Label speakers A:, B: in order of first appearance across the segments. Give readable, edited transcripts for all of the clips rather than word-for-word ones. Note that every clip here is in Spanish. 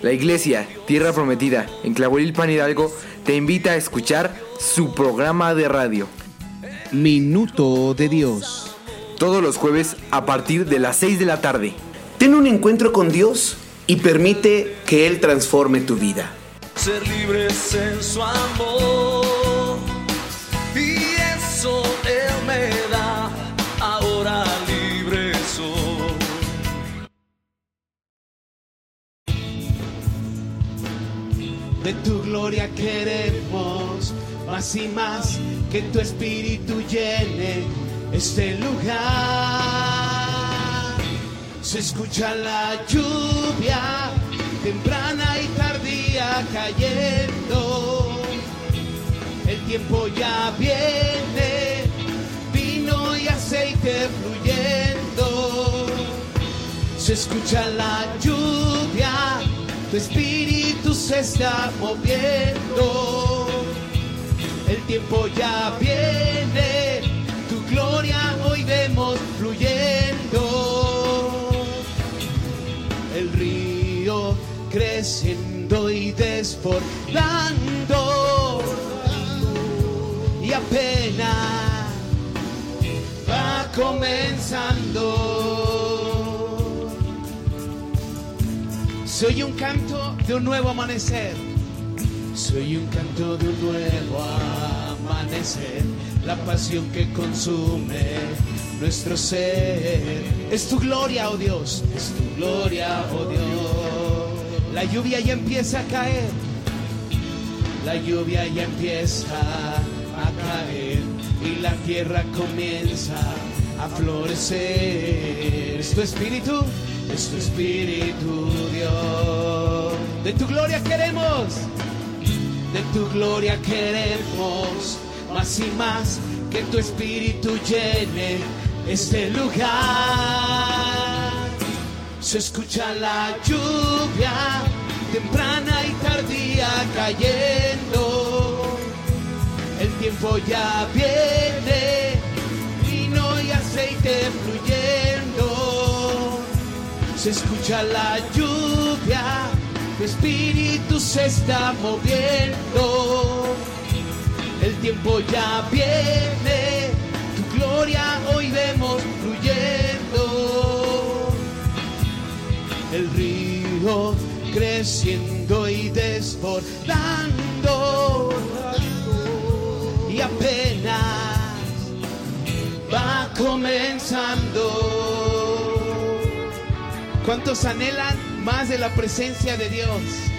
A: La Iglesia Tierra Prometida en Clahuelilpan, Hidalgo, te invita a escuchar su programa de radio
B: Minuto de Dios,
A: todos los jueves a partir de las 6 de la tarde.
C: Ten un encuentro con Dios y permite que Él transforme tu vida.
D: Ser libres en su amor, y eso Él me da, ahora libre soy.
B: de tu gloria queremos más y más, que tu espíritu llene este lugar. Se escucha la lluvia, temprana y tardía cayendo. El tiempo ya viene, vino y aceite fluyendo. Se escucha la lluvia, tu espíritu se está moviendo. El tiempo ya viene, tu gloria hoy vemos fluyendo. El río creciendo y desbordando, y apenas va comenzando. Se oye un canto de un nuevo amanecer. Se oye un canto de un nuevo amanecer. La pasión que consume nuestro ser. Es tu gloria, oh Dios. Es tu gloria, oh Dios. La lluvia ya empieza a caer. La lluvia ya empieza a caer. Y la tierra comienza a florecer. ¿Es tu espíritu? Es tu espíritu, Dios. De tu gloria queremos. De tu gloria queremos más y más, que tu espíritu llene este lugar. Se escucha la lluvia, temprana y tardía cayendo. El tiempo ya viene, vino y aceite fluyendo. Se escucha la lluvia, tu espíritu se está moviendo. El tiempo ya viene, tu gloria hoy vemos fluyendo. El río creciendo y desbordando, y apenas va comenzando. ¿Cuántos anhelan más de la presencia de Dios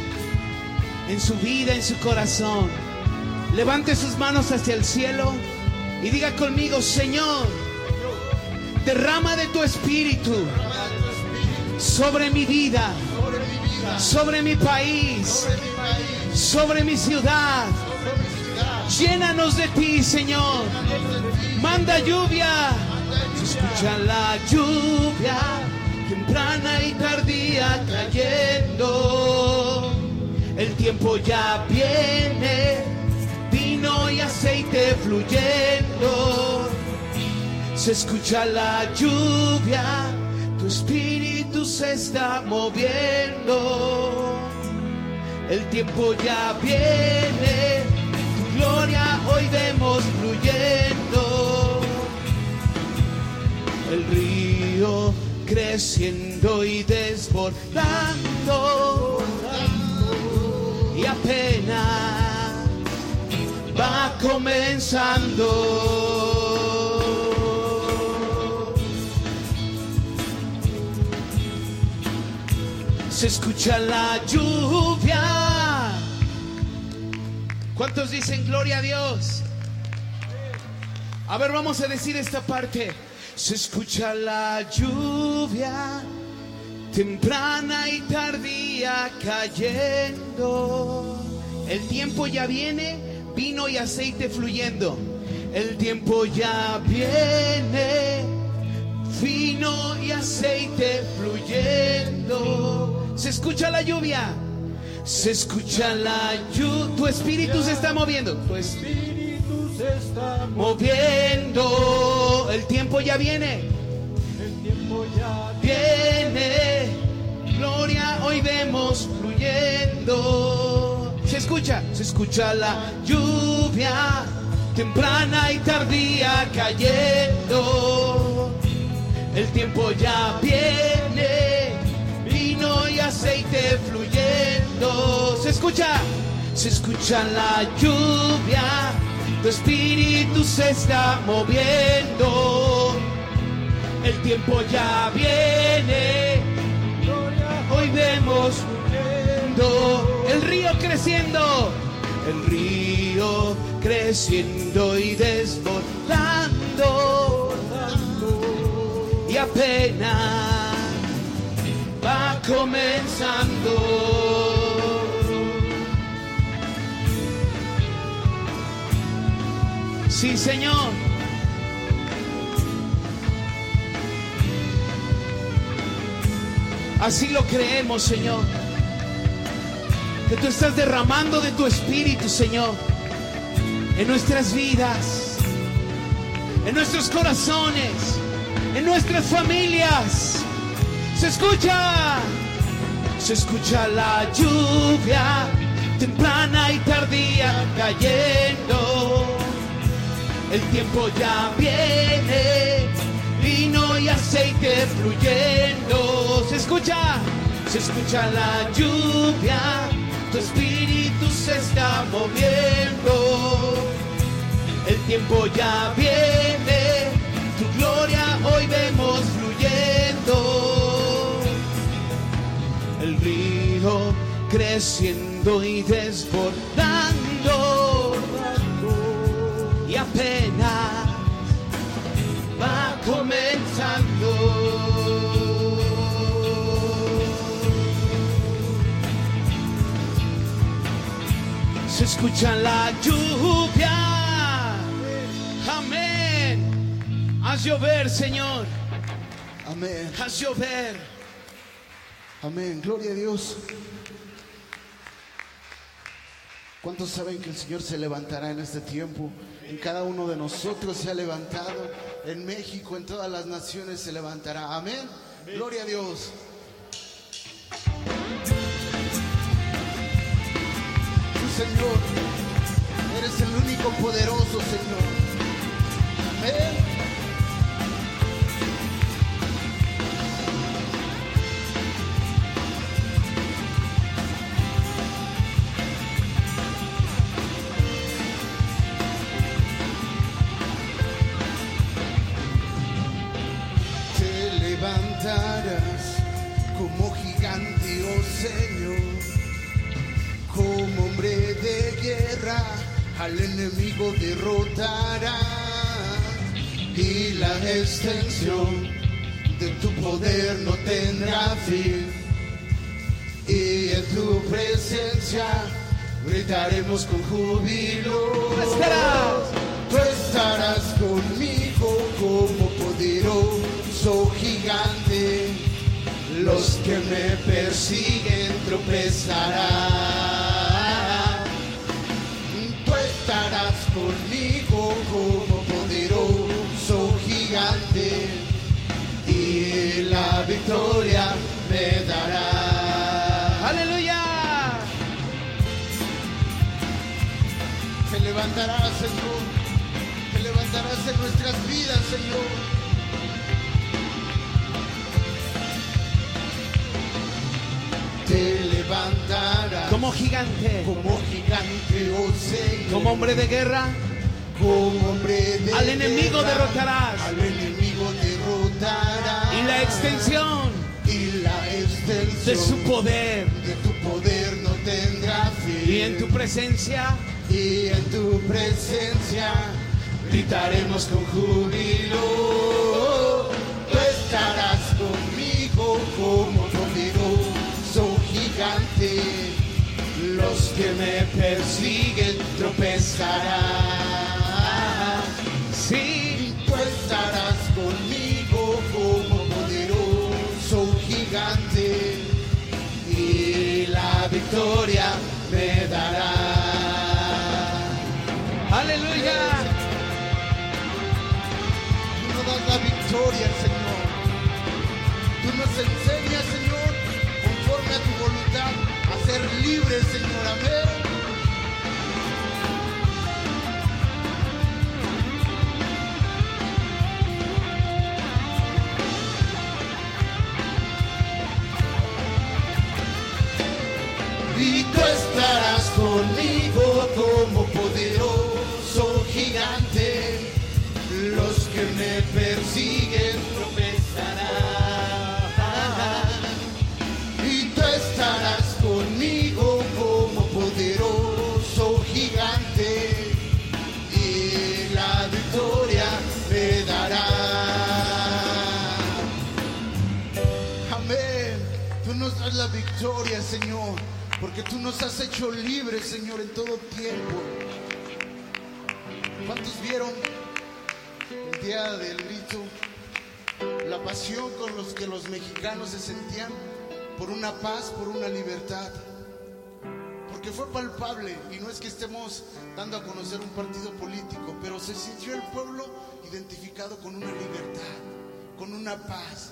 B: en su vida, en su corazón? Levante sus manos hacia el cielo y diga conmigo: Señor, derrama de tu espíritu sobre mi vida, sobre mi país, sobre mi ciudad. Llénanos de ti, Señor. Manda lluvia. Se escucha la lluvia, temprana y tardía cayendo. El tiempo ya viene, vino y aceite fluyendo. Se escucha la lluvia, tu espíritu se está moviendo. El tiempo ya viene, tu gloria hoy vemos fluyendo. El río creciendo y desbordando, y apenas va comenzando. Se escucha la lluvia. ¿Cuántos dicen gloria a Dios? A ver, vamos a decir esta parte. Se escucha la lluvia, temprana y tardía cayendo. El tiempo ya viene, vino y aceite fluyendo. El tiempo ya viene, vino y aceite fluyendo. Se escucha la lluvia, se escucha la lluvia. Tu espíritu se está moviendo. Tu espíritu se está moviendo. El tiempo ya viene. El tiempo ya viene. Gloria hoy vemos fluyendo. se escucha la lluvia temprana y tardía cayendo. El tiempo ya viene, vino y aceite fluyendo. Se escucha la lluvia, tu espíritu se está moviendo. El tiempo ya viene, hoy vemos fluyendo. El río creciendo y desbordando. Y apenas va comenzando. Sí, Señor. Así lo creemos, Señor. Que tú estás derramando de tu espíritu, Señor, en nuestras vidas, en nuestros corazones, en nuestras familias. Se escucha la lluvia temprana y tardía cayendo. El tiempo ya viene, vino y aceite fluyendo. Se escucha la lluvia, tu espíritu se está moviendo. El tiempo ya viene, tu gloria hoy vemos fluyendo. El río creciendo y desbordando. Y apenas va comenzando. Se escucha la lluvia. Amén. Haz llover, Señor.
E: Amén.
B: Haz llover.
E: Amén. Gloria a Dios. ¿Cuántos saben que el Señor se levantará en este tiempo? En cada uno de nosotros se ha levantado. En México, en todas las naciones se levantará. Amén. Gloria a Dios. Señor, eres el único poderoso, Señor. Amén. Te levantarás como gigante, oh Señor, como hombre de guerra, al enemigo derrotará, y la extensión de tu poder no tendrá fin, y en tu presencia gritaremos con júbilo. Tú estarás conmigo como poderoso gigante. Los que me persiguen tropezarán. Tú estarás conmigo como poderoso gigante, y la victoria me dará.
B: ¡Aleluya!
E: Te levantarás, Señor. Te levantarás en nuestras vidas, Señor. Te levantarás
B: como gigante,
E: oh Señor,
B: como hombre de guerra,
E: como hombre de
B: al enemigo
E: guerra,
B: derrotarás,
E: al enemigo derrotarás,
B: y la extensión de su poder,
E: de tu poder no tendrá fin,
B: y en tu presencia
E: gritaremos con júbilo. Tú estarás conmigo como poderoso gigante. Los que me persiguen tropezarán.
B: sí,
E: Tú estarás conmigo como poderoso gigante, y la victoria me dará.
B: aleluya.
E: Tú nos das la victoria, Señor. Tú nos enseñas, Señor, conforme a tu voluntad, a ser libres, Señor. Amén. y tú estarás conmigo como poderoso gigante. Los que me persiguen tropezarán y tú estarás conmigo como poderoso gigante y la victoria me dará. Amén. Tú nos das la victoria, Señor, porque tú nos has hecho libres, Señor, en todo tiempo. ¿Cuántos vieron el día del grito la pasión con los que los mexicanos se sentían por una paz, por una libertad? Porque fue palpable, y no es que estemos dando a conocer un partido político, pero se sintió el pueblo identificado con una libertad, con una paz.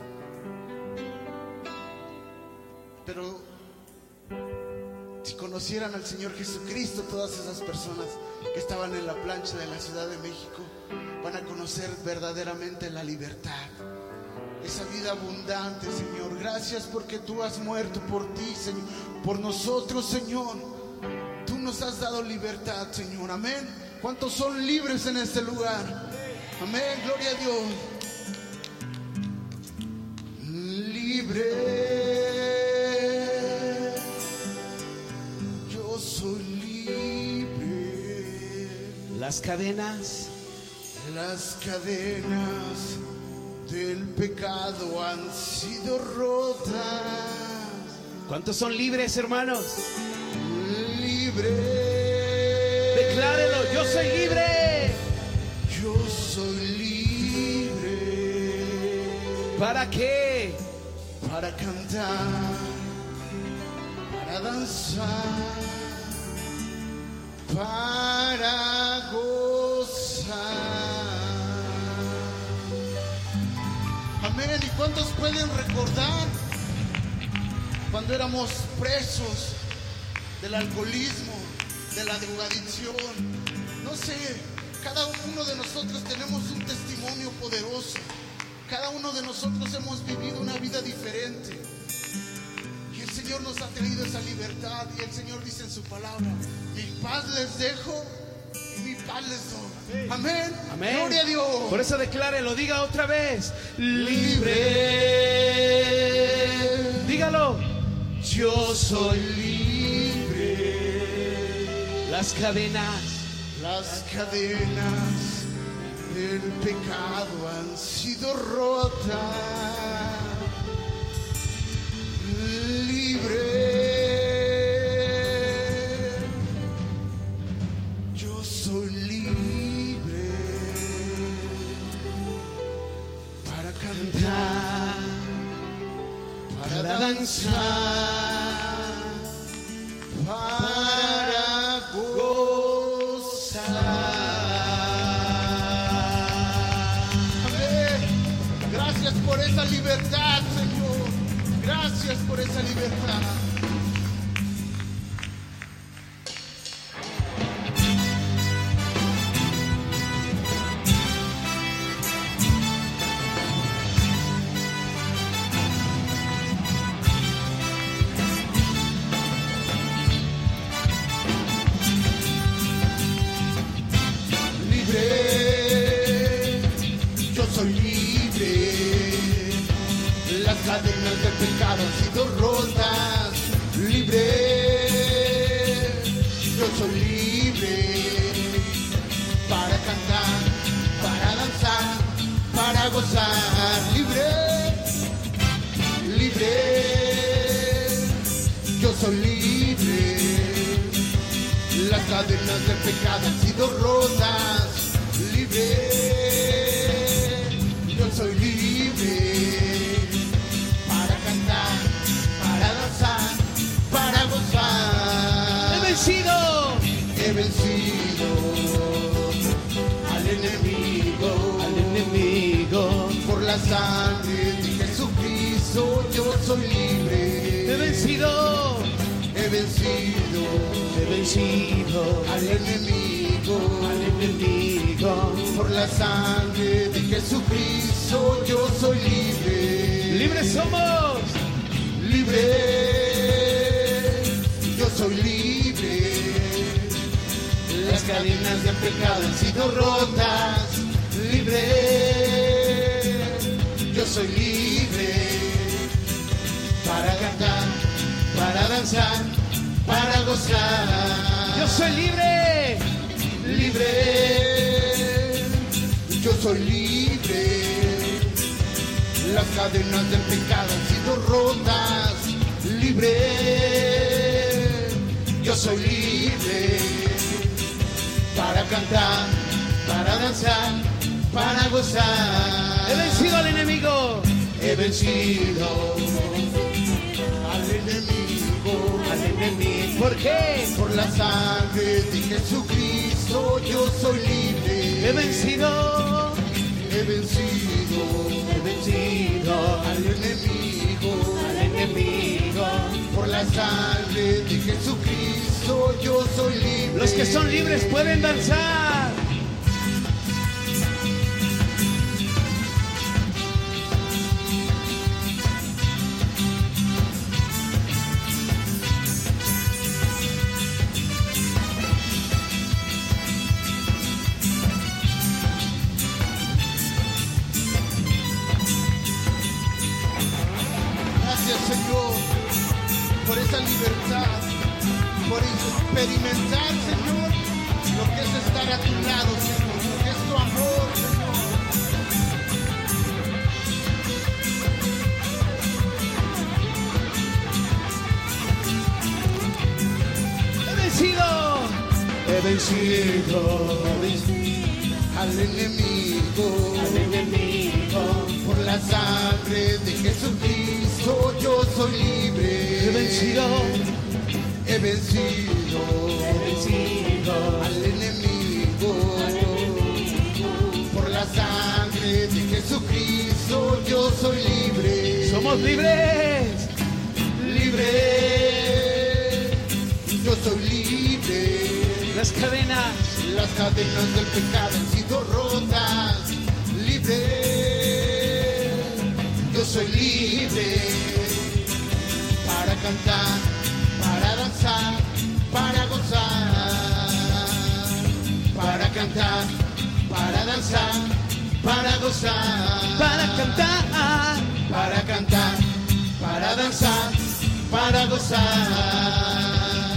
E: Pero si conocieran al Señor Jesucristo, todas esas personas que estaban en la plancha de la Ciudad de México van a conocer verdaderamente la libertad, esa vida abundante, Señor. Gracias porque tú has muerto por ti, Señor, por nosotros, Señor. Tú nos has dado libertad, Señor. Amén. ¿Cuántos son libres en este lugar? Amén. Gloria a Dios. Libre. Yo soy libre.
B: Las cadenas
E: del pecado han sido rotas.
B: ¿Cuántos son libres, hermanos?
E: Libre.
B: Declárelo, yo soy libre.
E: Yo soy libre.
B: ¿Para qué?
E: Para cantar, para danzar, para gozar. Amén. ¿Y cuántos pueden recordar cuando éramos presos del alcoholismo, de la drogadicción? No sé, cada uno de nosotros tenemos un testimonio poderoso. Cada uno de nosotros hemos vivido una vida diferente. Y el Señor nos ha traído esa libertad. Y el Señor dice en su palabra: mi paz les dejo y mi paz les doy. Amén.
B: Amén.
E: Gloria a Dios.
B: Por eso declárelo, diga otra vez. Libre. Dígalo.
E: Yo soy libre.
B: Las cadenas
E: del pecado han sido rotas. Libre. Yo soy libre para cantar, para danzar, para gozar. Amén. Gracias por esa libertad, Señor. Gracias por esa libertad. Cadenas del pecado han sido rotas. Libre, yo soy libre para cantar, para danzar, para gozar. Libre, libre, yo soy libre. Las cadenas del pecado han sido rotas. Libre, yo soy libre. Para gozar.
B: He
E: vencido al enemigo, por la sangre de Jesucristo yo soy libre.
B: He vencido
E: al enemigo, por la sangre de Jesucristo yo soy libre.
B: Libres somos.
E: Libre, soy libre. Las cadenas del pecado han sido rotas. Libre, yo soy libre. Para cantar, para danzar, para gozar.
B: Yo soy libre.
E: Libre, yo soy libre. Las cadenas del pecado han sido rotas. Libre, yo soy libre. Para cantar, para danzar, para gozar.
B: He vencido al enemigo.
E: He vencido al enemigo.
B: ¿Por qué?
E: Por la sangre de Jesucristo yo soy libre.
B: He vencido.
E: He vencido al enemigo. Por la sangre de Jesucristo yo soy libre.
B: Los que son libres pueden danzar.
E: Señor, por esa libertad, por experimentar, Señor, lo que es estar a tu lado, Señor, lo que es tu amor, Señor.
B: He vencido.
E: He vencido al enemigo. Por la sangre de Jesucristo yo soy libre.
B: He vencido
E: al enemigo. Por la sangre de Jesucristo yo soy libre.
B: Somos libres.
E: Libre, yo soy libre.
B: Las cadenas
E: del pecado han sido rotas. Libre, yo soy libre. Para cantar, para danzar, para gozar. Para cantar, para danzar, para gozar.
B: Para cantar,
E: para cantar, para danzar, para gozar.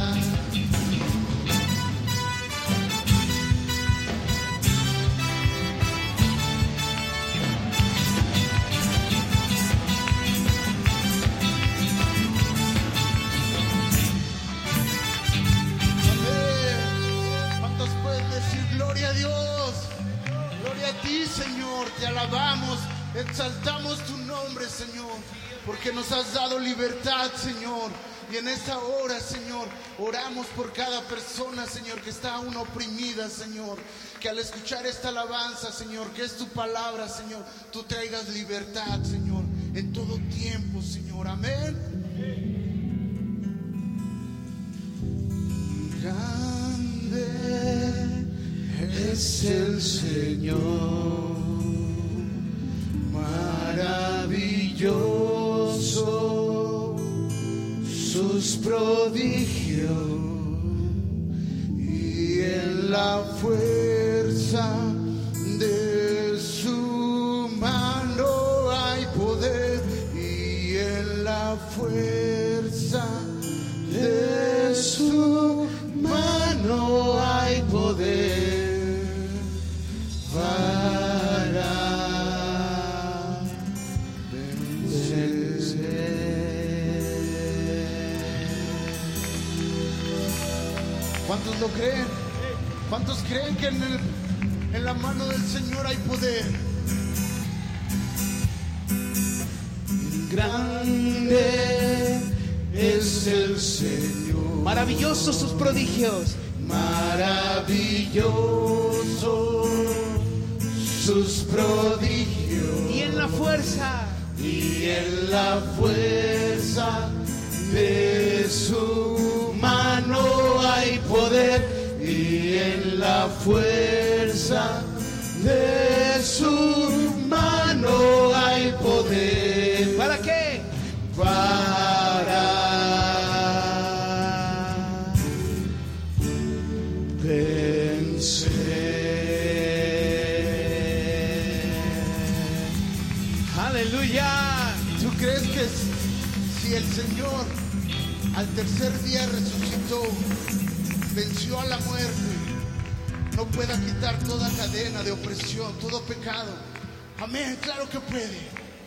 E: Señor, te alabamos, exaltamos tu nombre, Señor, porque nos has dado libertad, Señor. Y en esta hora, Señor, oramos por cada persona, Señor, que está aún oprimida, Señor. Que al escuchar esta alabanza, Señor, que es tu palabra, Señor, tú traigas libertad, Señor, en todo tiempo, Señor. Amén. Grande es el Señor, maravilloso sus prodigios, y en la fuerza de su mano hay poder, y en la fuerza de su mano hay poder para vencer. ¿Cuántos lo creen? ¿Cuántos creen que en la mano del Señor hay poder? Grande es el Señor,
B: maravillosos sus prodigios,
E: maravilloso sus prodigios,
B: y en la fuerza
E: de su mano hay poder, y en la fuerza de su mano hay poder.
B: ¿Para qué?
E: Para crees que si el Señor al tercer día resucitó, venció a la muerte, no pueda quitar toda cadena de opresión, todo pecado? Amén, claro que puede.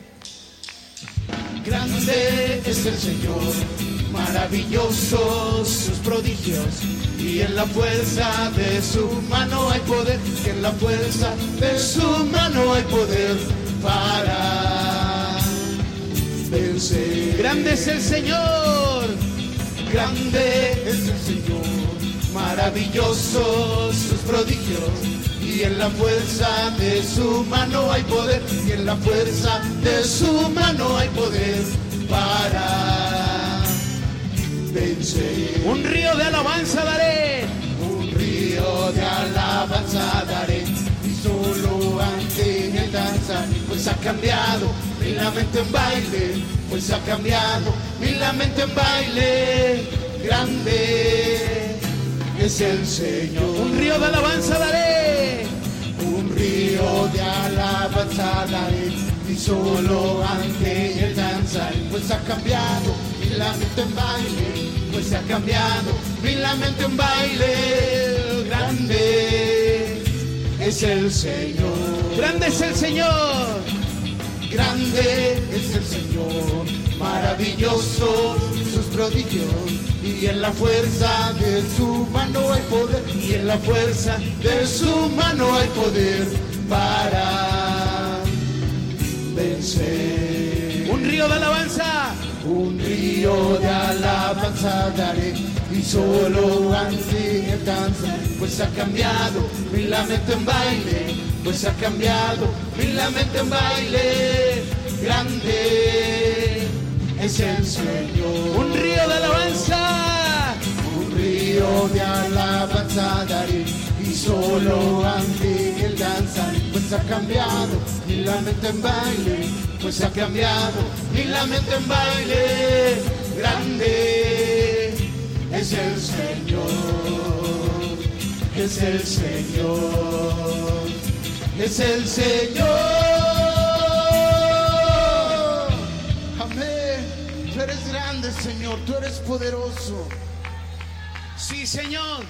B: Grande es el Señor, maravillosos sus prodigios, y en la fuerza de su mano hay poder, y en la fuerza de su mano hay poder para vencer. Grande es el Señor, grande es el Señor, maravillosos sus prodigios, y en la fuerza de su mano hay poder, y en la fuerza de su mano hay poder para vencer. Un río de alabanza daré, un río de alabanza daré, y solo ante el danzar, pues ha cambiado mi lamento en baile, pues ha cambiado mi lamento en baile. Grande es el Señor. Un río de alabanza daré, un río de alabanza daré, y solo ante el danzar, pues ha cambiado mi lamento en baile, pues ha cambiado mi lamento en baile. Grande es el Señor, grande es el Señor, grande es el Señor, maravillosos sus prodigios, y en la fuerza de su mano hay poder, y en la fuerza de su mano hay poder para vencer. Un río de alabanza, un río de alabanza daré, y solo ante el danzar, pues ha cambiado mi lamento en baile, pues ha cambiado mi lamento en baile. Grande es el Señor. Un río de alabanza, un río de alabanza daré, y solo ante el danzar, pues ha cambiado mi lamento en baile, pues ha cambiado mi lamento en baile. Grande es el Señor, es el Señor, es el Señor.
E: Amén. Tú eres grande, Señor, tú eres poderoso.
B: Sí, Señor.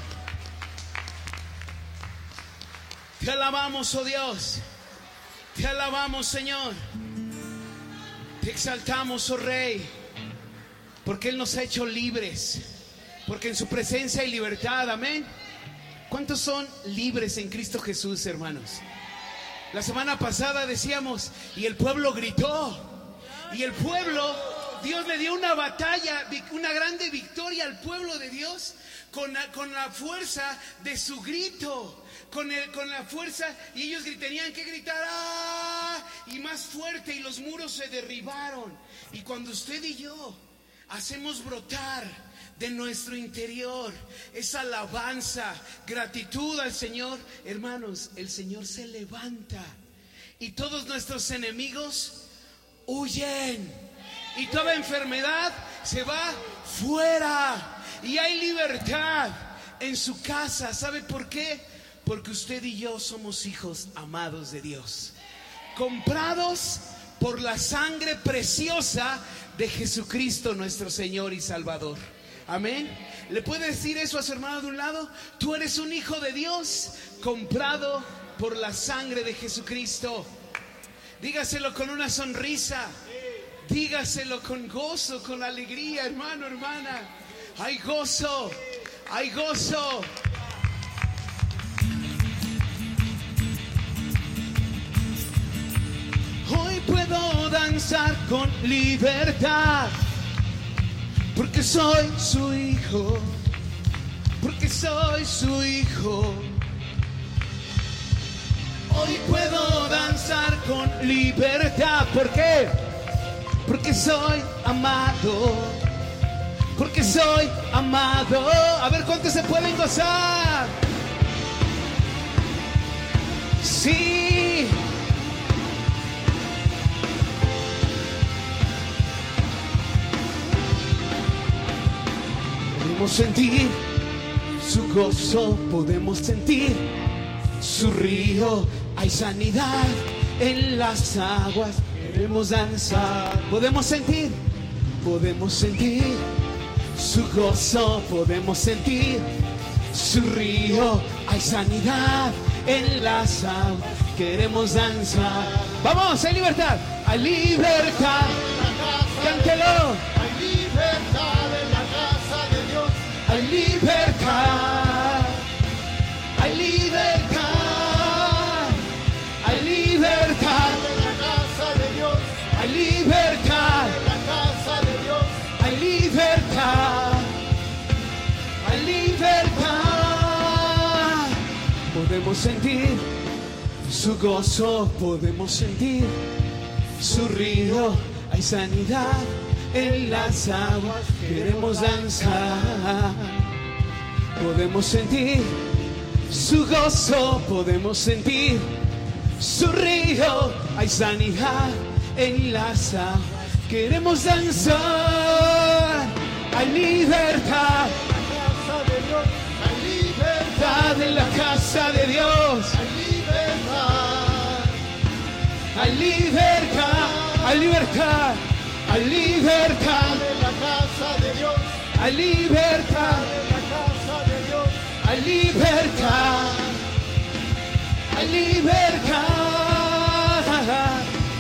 B: Te alabamos, oh Dios. Te alabamos, Señor. Te exaltamos, oh Rey, porque Él nos ha hecho libres, porque en su presencia hay libertad. Amén. ¿Cuántos son libres en Cristo Jesús, hermanos? La semana pasada decíamos, y el pueblo gritó, y el pueblo, Dios le dio una batalla, una grande victoria al pueblo de Dios con la fuerza de su grito, con la fuerza, y ellos tenían que gritar ¡ah! Y más fuerte, y los muros se derribaron. Y cuando usted y yo hacemos brotar de nuestro interior esa alabanza, gratitud al Señor, hermanos, el Señor se levanta y todos nuestros enemigos huyen, y toda enfermedad se va fuera, y hay libertad en su casa. ¿Sabe por qué? Porque usted y yo somos hijos amados de Dios, comprados por la sangre preciosa de Jesucristo, nuestro Señor y Salvador. Amén. ¿Le puede decir eso a su hermano de un lado? Tú eres un hijo de Dios, comprado por la sangre de Jesucristo. Dígaselo con una sonrisa, dígaselo con gozo, con alegría, hermano, hermana. Hay gozo, hay gozo. Hoy puedo danzar con libertad, porque soy su hijo, porque soy su hijo. Hoy puedo danzar con libertad. ¿Por qué? Porque soy amado, porque soy amado. A ver cuántos se pueden gozar. Sí. Podemos sentir su gozo, podemos sentir su río. Hay sanidad en las aguas, queremos danzar. Podemos sentir su gozo, podemos sentir su río. Hay sanidad en las aguas, queremos danzar. Vamos, hay libertad, hay libertad. Cántelo.
E: Hay libertad en la casa de Dios.
B: Hay libertad, hay libertad, hay libertad
E: En la casa de Dios.
B: hay libertad,
E: En la casa de Dios.
B: hay libertad, hay libertad. Podemos sentir su gozo, podemos sentir su río. Hay sanidad en las aguas, queremos danzar. Podemos sentir su gozo, podemos sentir su río. Hay sanidad en las aguas, queremos danzar. Hay libertad,
E: Hay libertad
B: en la casa de Dios.
E: hay libertad.
B: Hay libertad, hay libertad, hay libertad,
E: En la casa de Dios.
B: hay libertad,
E: En la casa de Dios.
B: hay libertad, hay libertad.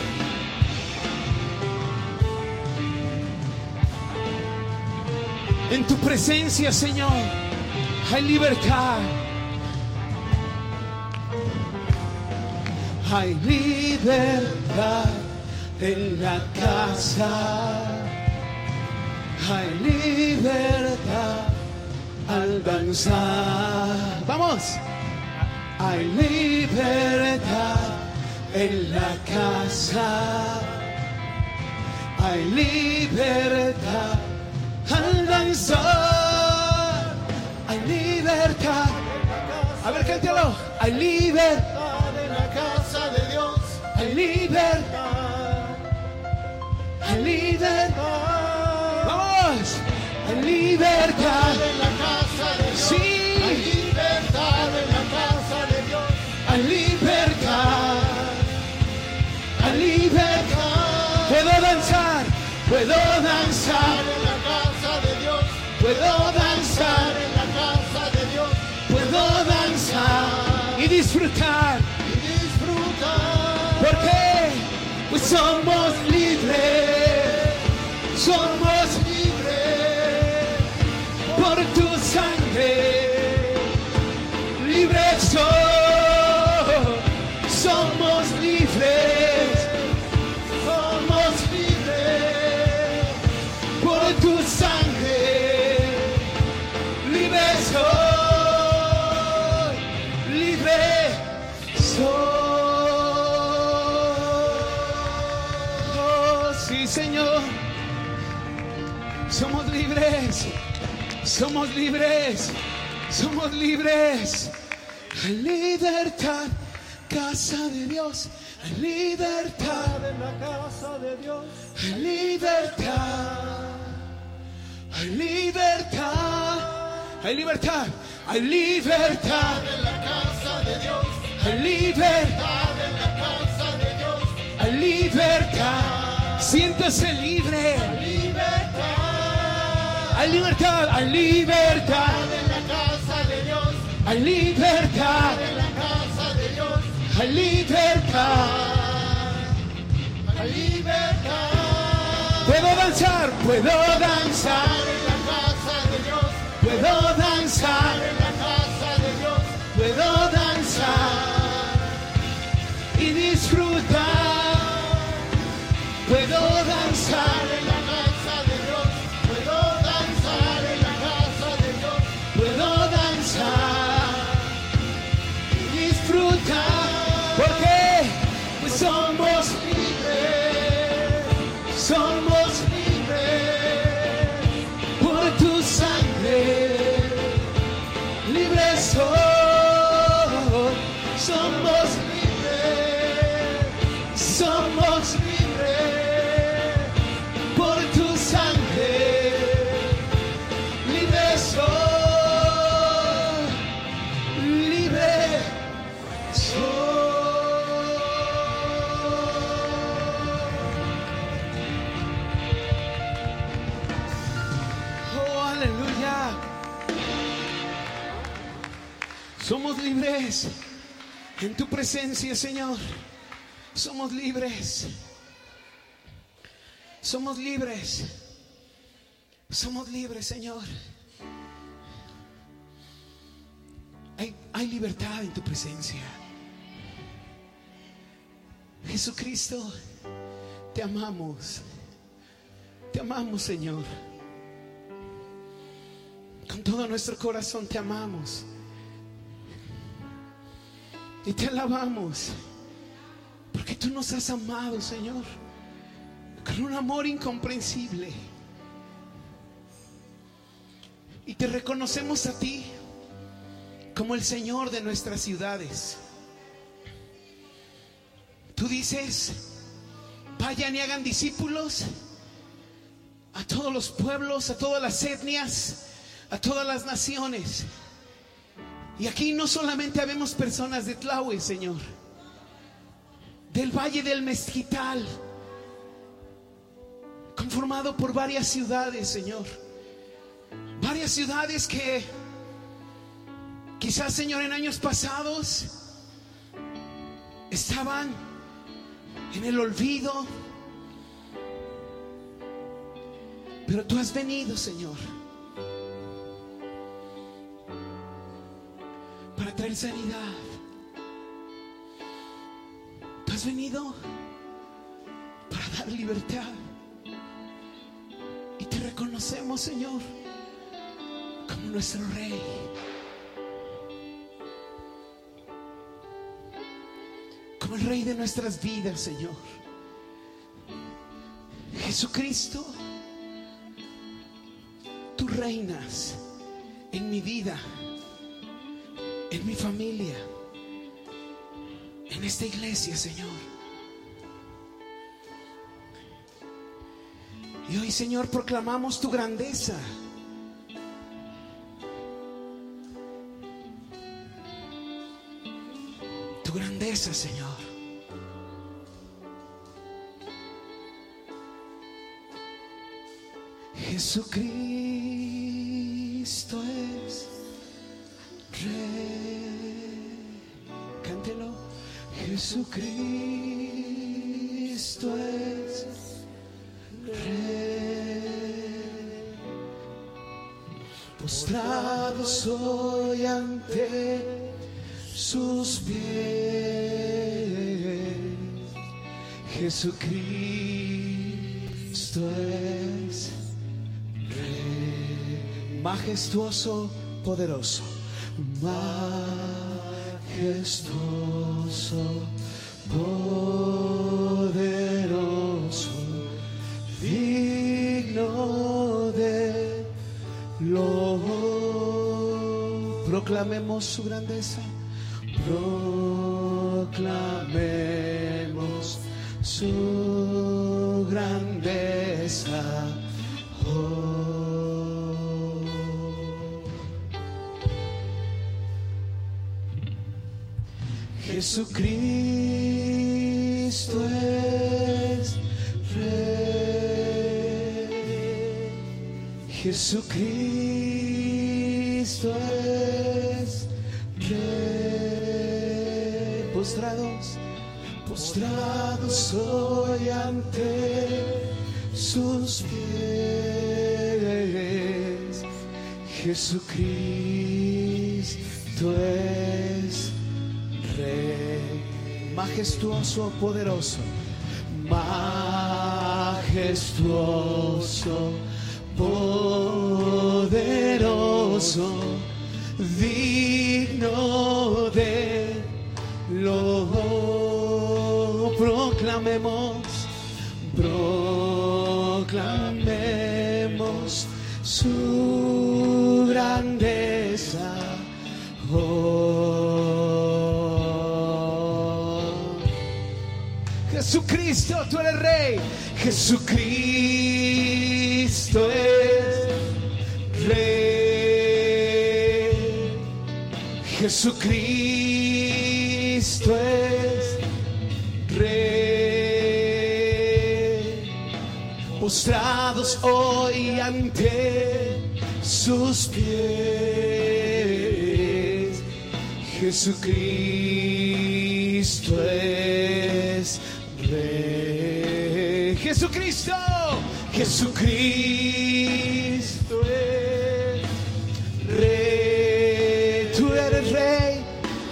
B: En tu presencia, Señor, hay libertad. Hay libertad en la casa. Hay libertad al danzar. Vamos. Hay libertad en la casa. Hay libertad al danzar. Hay libertad. A ver, cántalo. Hay libertad.
E: En la casa de Dios.
B: Hay libertad. Hay libertad. Vamos. Hay libertad.
E: En la casa de Dios.
B: Sí.
E: Hay libertad en la casa de Dios.
B: Hay libertad. Hay libertad. Puedo danzar. Puedo danzar.
E: En la casa de Dios.
B: Puedo danzar.
E: En la casa de Dios.
B: Puedo danzar y disfrutar.
E: Y disfrutar.
B: ¿Por qué? Pues somos libres. Somos
E: Libre.
B: por tu sangre. Libres somos libres.
E: Somos libres.
B: Por tu sangre. Libre soy. Libre soy. Oh, sí, Señor. Somos libres. Somos libres. Somos libres. Hay libertad. Casa de Dios. Hay libertad.
E: En la casa de Dios.
B: Hay libertad. Hay libertad. Hay libertad. Hay libertad.
E: En la casa de Dios.
B: Hay libertad.
E: En la casa de Dios.
B: Hay libertad. Siéntase libre.
E: Libertad.
B: Hay libertad. Hay libertad.
E: En la casa de Dios.
B: Hay libertad.
E: En la casa de Dios.
B: Hay libertad.
E: Hay libertad.
B: Puedo danzar. Puedo danzar.
E: En la casa de Dios.
B: Puedo danzar.
E: En la casa de Dios.
B: Puedo danzar y disfrutar. Puedo danzar.
E: En la casa de Dios. Puedo danzar en la casa de Dios.
B: Puedo danzar y disfrutar. ¿Por qué? Pues somos
E: Libres.
B: libres por tu sangre. Somos libres en tu presencia, Señor. Somos libres. Somos libres. Somos libres, Señor. Hay libertad en tu presencia. Jesucristo, te amamos. Te amamos, Señor. Con todo nuestro corazón te amamos. Y te alabamos. Porque tú nos has amado, Señor, con un amor incomprensible. Y te reconocemos a ti como el Señor de nuestras ciudades. Tú dices: vayan y hagan discípulos a todos los pueblos, a todas las etnias, a todas las naciones. Y aquí no solamente habemos personas de Tlaue, Señor, del Valle del Mezquital, conformado por varias ciudades, Señor. Varias ciudades que quizás, Señor, en años pasados estaban en el olvido. Pero tú has venido, Señor, para traer sanidad. Tú has venido para dar libertad. Y te reconocemos, Señor, como nuestro Rey. Como el Rey de nuestras vidas, Señor. Jesucristo, tú reinas en mi vida, en mi familia, en esta iglesia, Señor. Y hoy, Señor, proclamamos tu grandeza. Tu grandeza, Señor. Jesucristo es Rey. Cántelo. Jesucristo es Rey. Postrado soy ante sus pies. Jesucristo es Rey. Majestuoso, poderoso. Majestuoso, poderoso, digno de loor. Proclamemos su grandeza. Proclamemos su grandeza. Oh. Jesucristo es Rey. Jesucristo es Rey. Postrados soy ante sus pies. Jesucristo es Rey. Majestuoso, poderoso. Majestuoso, poderoso, digno de loor. Proclamemos su grandeza. Oh. Jesucristo, tú eres Rey. Jesucristo es Rey. Jesucristo es Rey. Postrados hoy ante sus pies. Jesucristo es Rey. Jesucristo, Jesucristo es Rey. Tú eres Rey.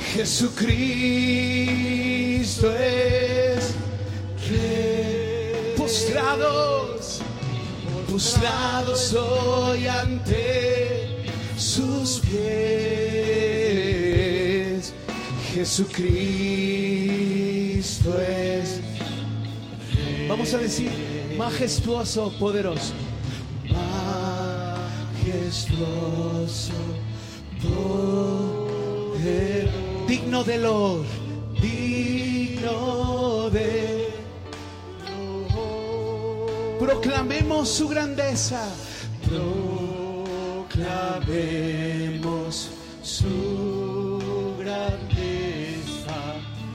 B: Jesucristo es Rey. Postrados hoy ante sus pies. Jesucristo es Rey. Vamos a decir, majestuoso, poderoso. Majestuoso, poderoso. Digno de olor, digno de olor. Proclamemos su grandeza. Proclamemos su grandeza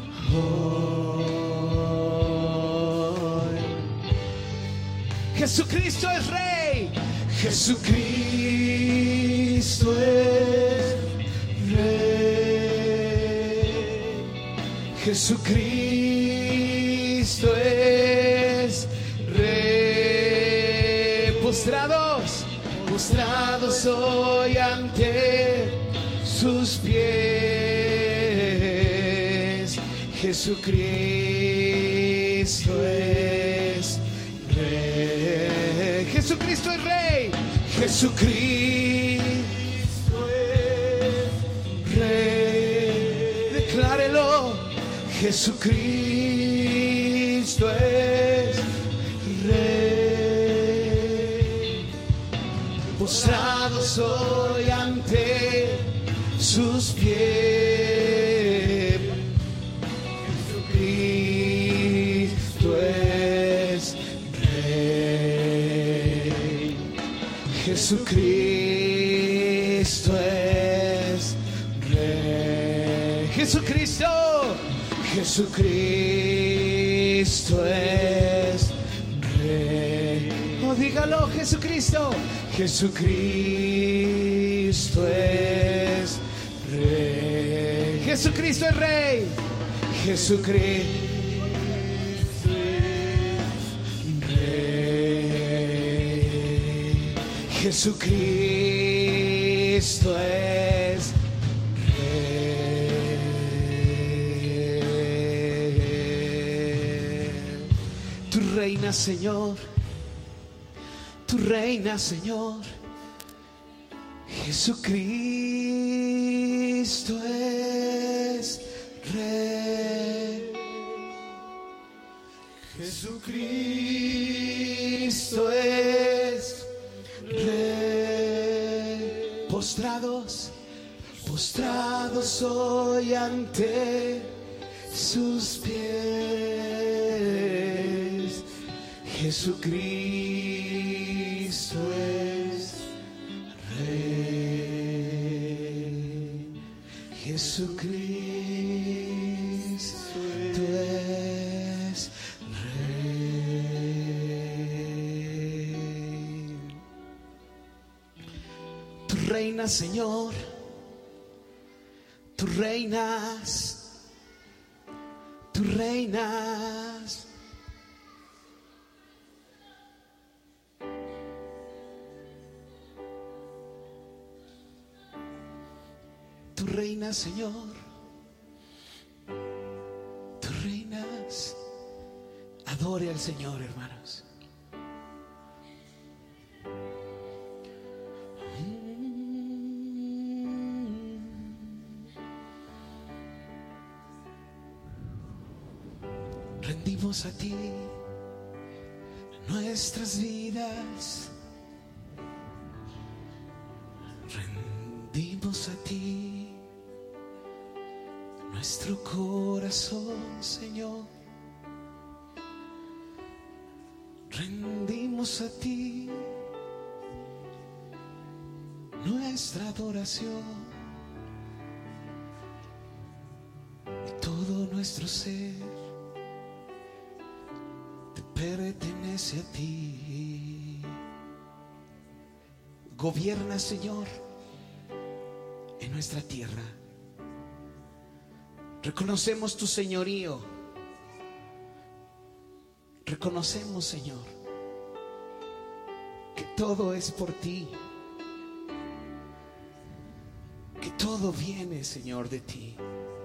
B: hoy. Jesucristo es Rey. Jesucristo es Rey. Jesucristo es Rey. Postrados hoy ante sus pies. Jesucristo es Rey. Jesucristo es Rey. Jesucristo es Rey. Declárelo. Jesucristo es Rey. Postrados hoy ante sus pies. Jesucristo es Rey. Jesucristo es Rey. Jesucristo. Jesucristo es Rey. Oh, dígalo, Jesucristo. Jesucristo es Rey. Jesucristo es Rey. Jesucristo es Rey. Jesucristo es Rey. Tú reinas, Señor. Tú reinas, Señor. Jesucristo es Rey. Jesucristo es Rey. Postrados hoy ante sus pies. Jesucristo es Rey. Jesucristo es Rey. Tú reinas, Señor. Tú reinas. Tú reinas. Tú reinas, Señor. Tú reinas. Adore al Señor, hermanos. Rendimos a ti nuestras vidas. Rendimos a ti nuestro corazón, Señor. Rendimos a ti nuestra adoración y todo nuestro ser te pertenece a ti. Gobierna, Señor, en nuestra tierra. Reconocemos tu señorío. Reconocemos, Señor, que todo es por ti. Que todo viene, Señor, de ti.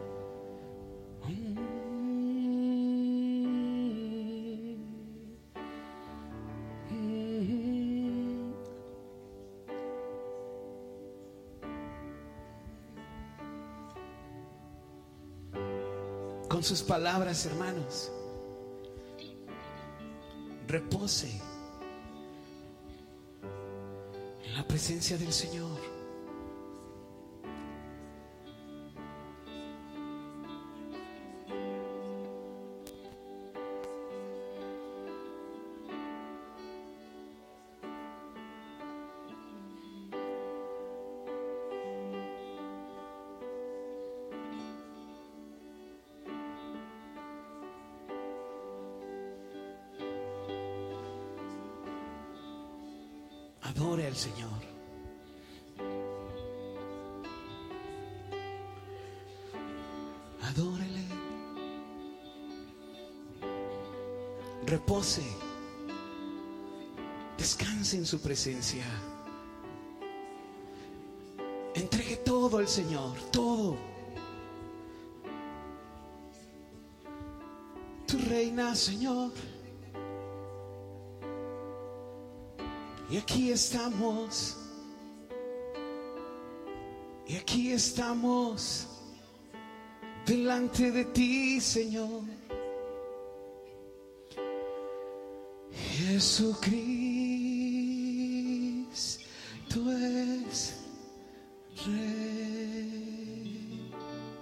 B: Con sus palabras, hermanos, repose en la presencia del Señor. Adore al Señor. Adórele. Repose. Descanse en su presencia. Entregue todo al Señor, todo. Tú reinas, Señor. Y aquí estamos. Y aquí estamos delante de ti, Señor. Jesucristo es Rey.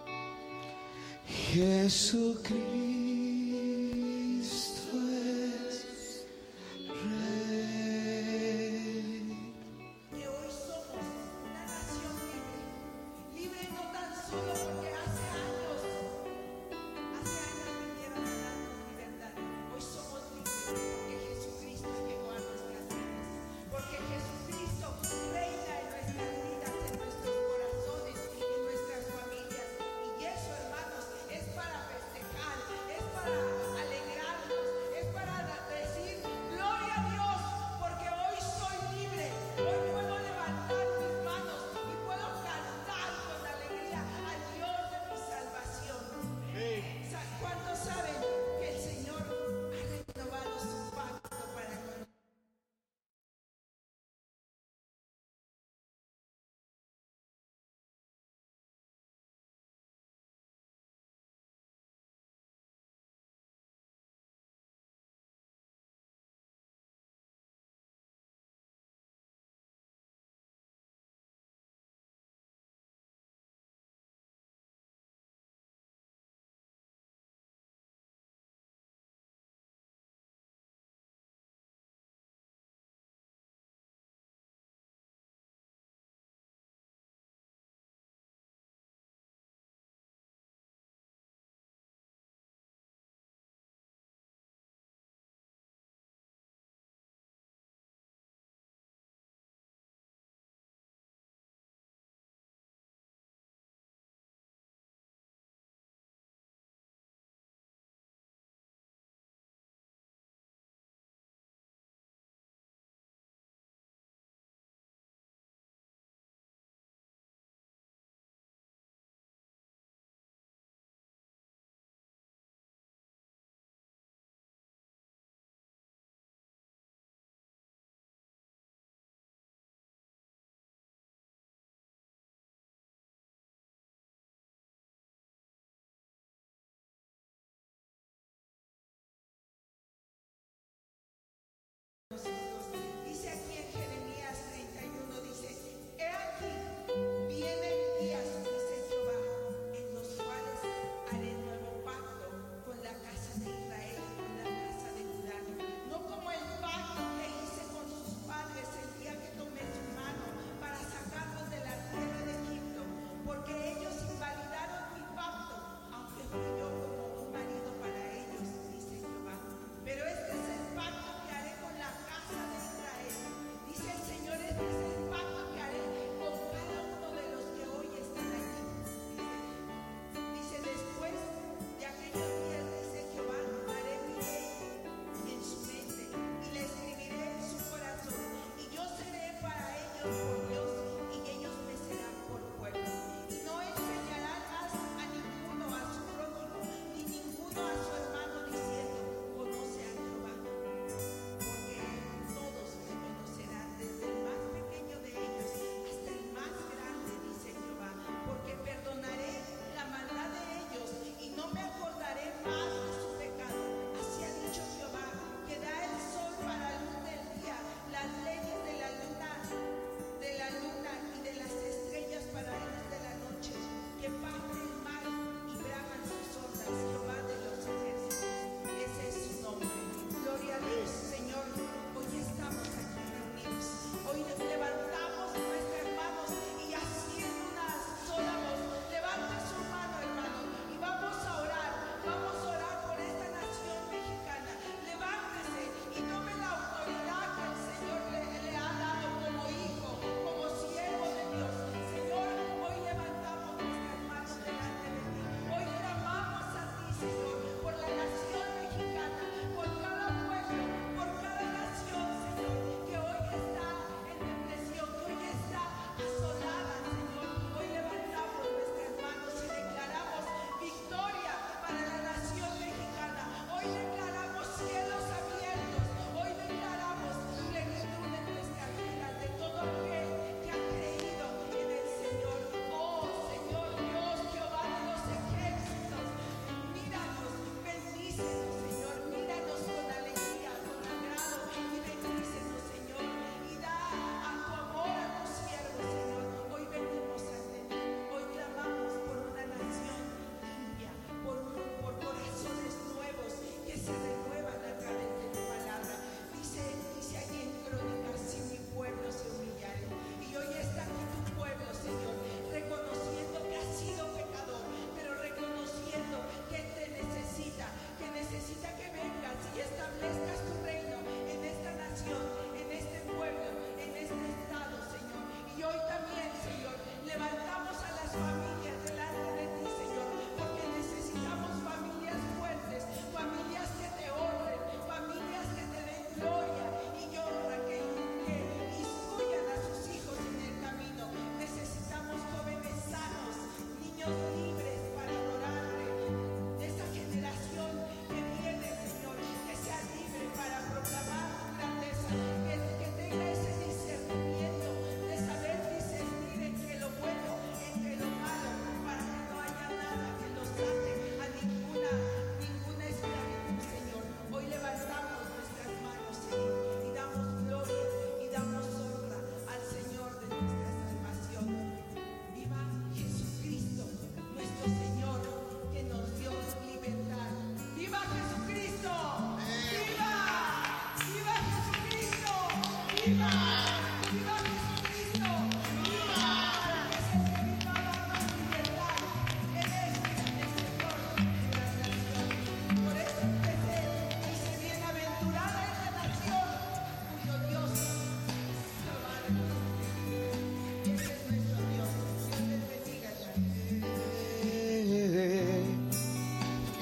B: Jesucristo es Rey.
F: Que hoy somos una nación libre, libre no tan solo porque hace años vinieron a darnos libertad. Hoy somos libres porque Jesucristo llegó a nuestras vidas, porque Jesucristo reina en nuestras vidas, en nuestros corazones, en nuestras familias. Y eso, hermanos, es para festejar,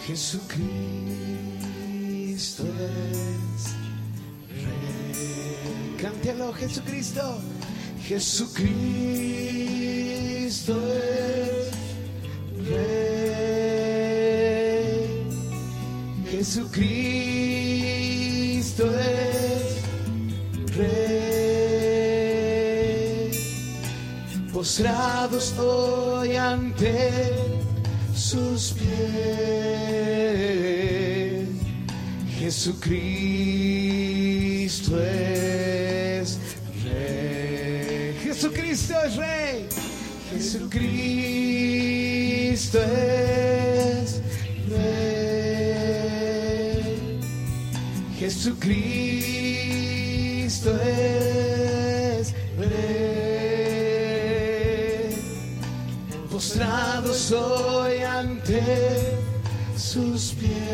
B: Jesucristo es Rey. Cántelo, Jesucristo. Jesucristo es Rey. Jesucristo es Rey. Postrado estoy ante sus pies. Jesucristo es Rey. Jesucristo es Rey. Jesucristo es Rey. Jesucristo es Rey. Postrado soy ante sus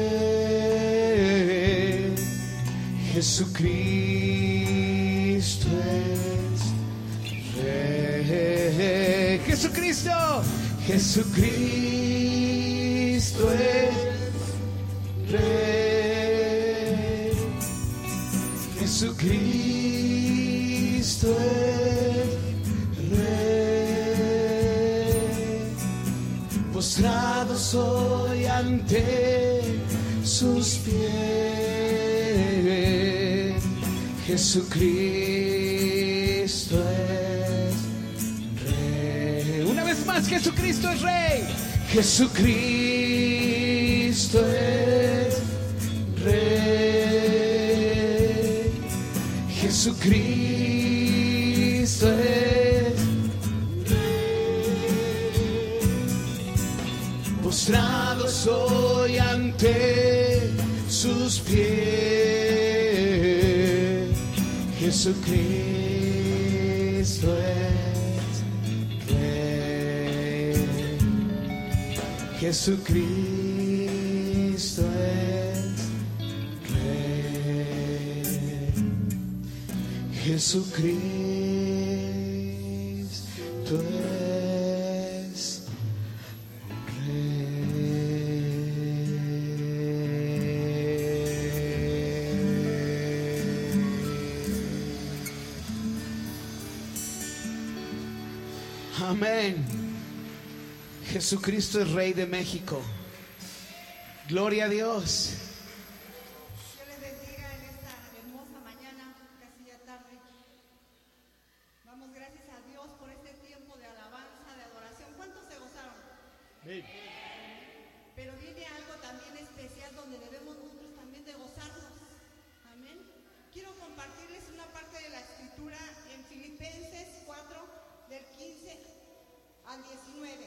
B: pies. Jesucristo es Rey. Jesucristo. Jesucristo es Rey. Jesucristo es Rey. Postrado soy ante sus pies. Jesucristo es Rey. Una vez más, Jesucristo es Rey. Jesucristo es Rey. Jesucristo es Rey. Postrado soy ante sus pies. Jesucristo es Rey. Jesucristo es Rey. Jesucristo es Amén. Jesucristo es Rey de México. Gloria a Dios.
F: Dios les bendiga en esta hermosa mañana, casi ya tarde. Damos gracias a Dios por este tiempo de alabanza, de adoración. ¿Cuántos se gozaron?
E: Sí.
F: Pero viene algo también especial donde debemos nosotros también de gozarnos. Amén. Quiero compartirles una parte de la escritura en Filipenses 4, del 15 al 19.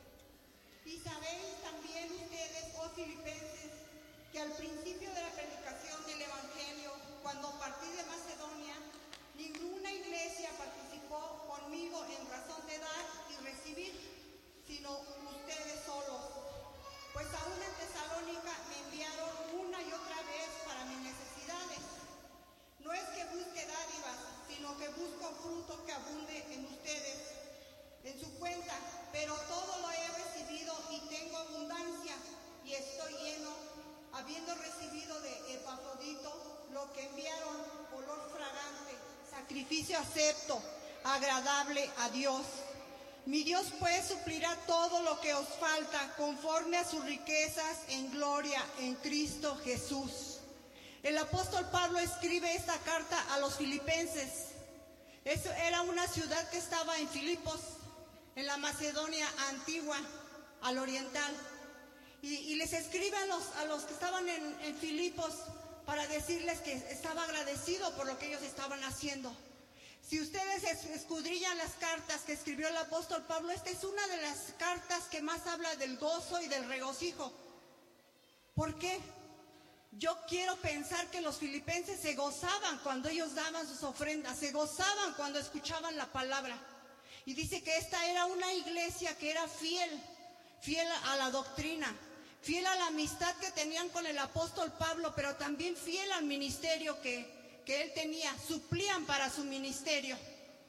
F: Y sabéis también ustedes, oh filipenses, que al principio de la predicación del Evangelio, cuando partí de Macedonia, ninguna iglesia participó conmigo en razón de dar y recibir, sino ustedes solos. Pues aún en Tesalónica me enviaron una y otra vez para mis necesidades. No es que busque dádivas, sino que busco fruto que abunde en ustedes, en su cuenta, pero todo lo he recibido y tengo abundancia, y estoy lleno, habiendo recibido de Epafrodito lo que enviaron, olor fragante, sacrificio acepto, agradable a Dios. Mi Dios pues suplirá todo lo que os falta, conforme a sus riquezas en gloria en Cristo Jesús. El apóstol Pablo escribe esta carta a los filipenses. Eso era una ciudad que estaba en Filipos, en la Macedonia antigua, al oriental. Y les escribe a los que estaban en Filipos para decirles que estaba agradecido por lo que ellos estaban haciendo. Si ustedes escudrillan las cartas que escribió el apóstol Pablo, esta es una de las cartas que más habla del gozo y del regocijo. ¿Por qué? Yo quiero pensar que los filipenses se gozaban cuando ellos daban sus ofrendas, se gozaban cuando escuchaban la palabra. Y dice que esta era una iglesia que era fiel a la doctrina, fiel a la amistad que tenían con el apóstol Pablo, pero también fiel al ministerio que él tenía, suplían para su ministerio.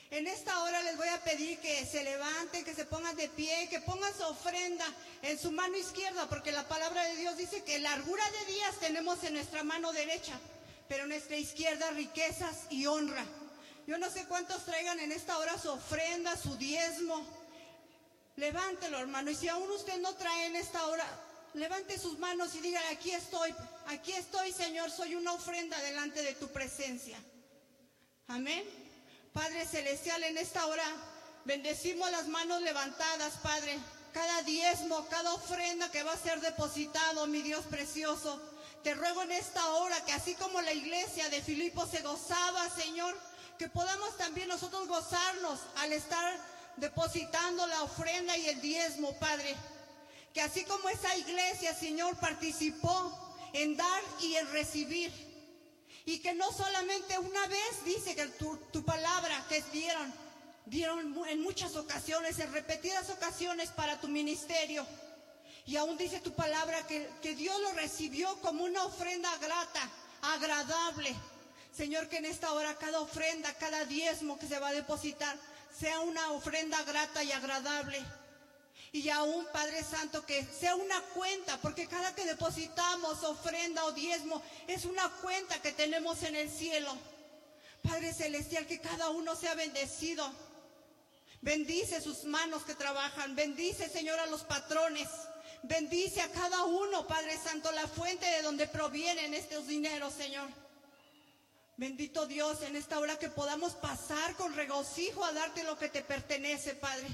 F: En esta hora les voy a pedir que se levanten, que se pongan de pie, que pongan su ofrenda en su mano izquierda, porque la palabra de Dios dice que largura de días tenemos en nuestra mano derecha, pero en nuestra izquierda riquezas y honra. Yo no sé cuántos traigan en esta hora su ofrenda, su diezmo. Levántelo, hermano, y si aún usted no trae en esta hora, levante sus manos y diga: aquí estoy, Señor, soy una ofrenda delante de tu presencia. Amén. Padre celestial, en esta hora bendecimos las manos levantadas, Padre. Cada diezmo, cada ofrenda que va a ser depositado, mi Dios precioso. Te ruego en esta hora que así como la iglesia de Filipos se gozaba, Señor, que podamos también nosotros gozarnos al estar depositando la ofrenda y el diezmo, Padre. Que así como esa iglesia, Señor, participó en dar y en recibir. Y que no solamente una vez, dice que tu palabra, que dieron en muchas ocasiones, en repetidas ocasiones para tu ministerio. Y aún dice tu palabra que Dios lo recibió como una ofrenda grata, agradable. Señor, que en esta hora cada ofrenda, cada diezmo que se va a depositar, sea una ofrenda grata y agradable. Y aún, Padre Santo, que sea una cuenta, porque cada que depositamos ofrenda o diezmo, es una cuenta que tenemos en el cielo. Padre Celestial, que cada uno sea bendecido. Bendice sus manos que trabajan, bendice, Señor, a los patrones. Bendice a cada uno, Padre Santo, la fuente de donde provienen estos dineros, Señor. Bendito Dios, en esta hora que podamos pasar con regocijo a darte lo que te pertenece, Padre.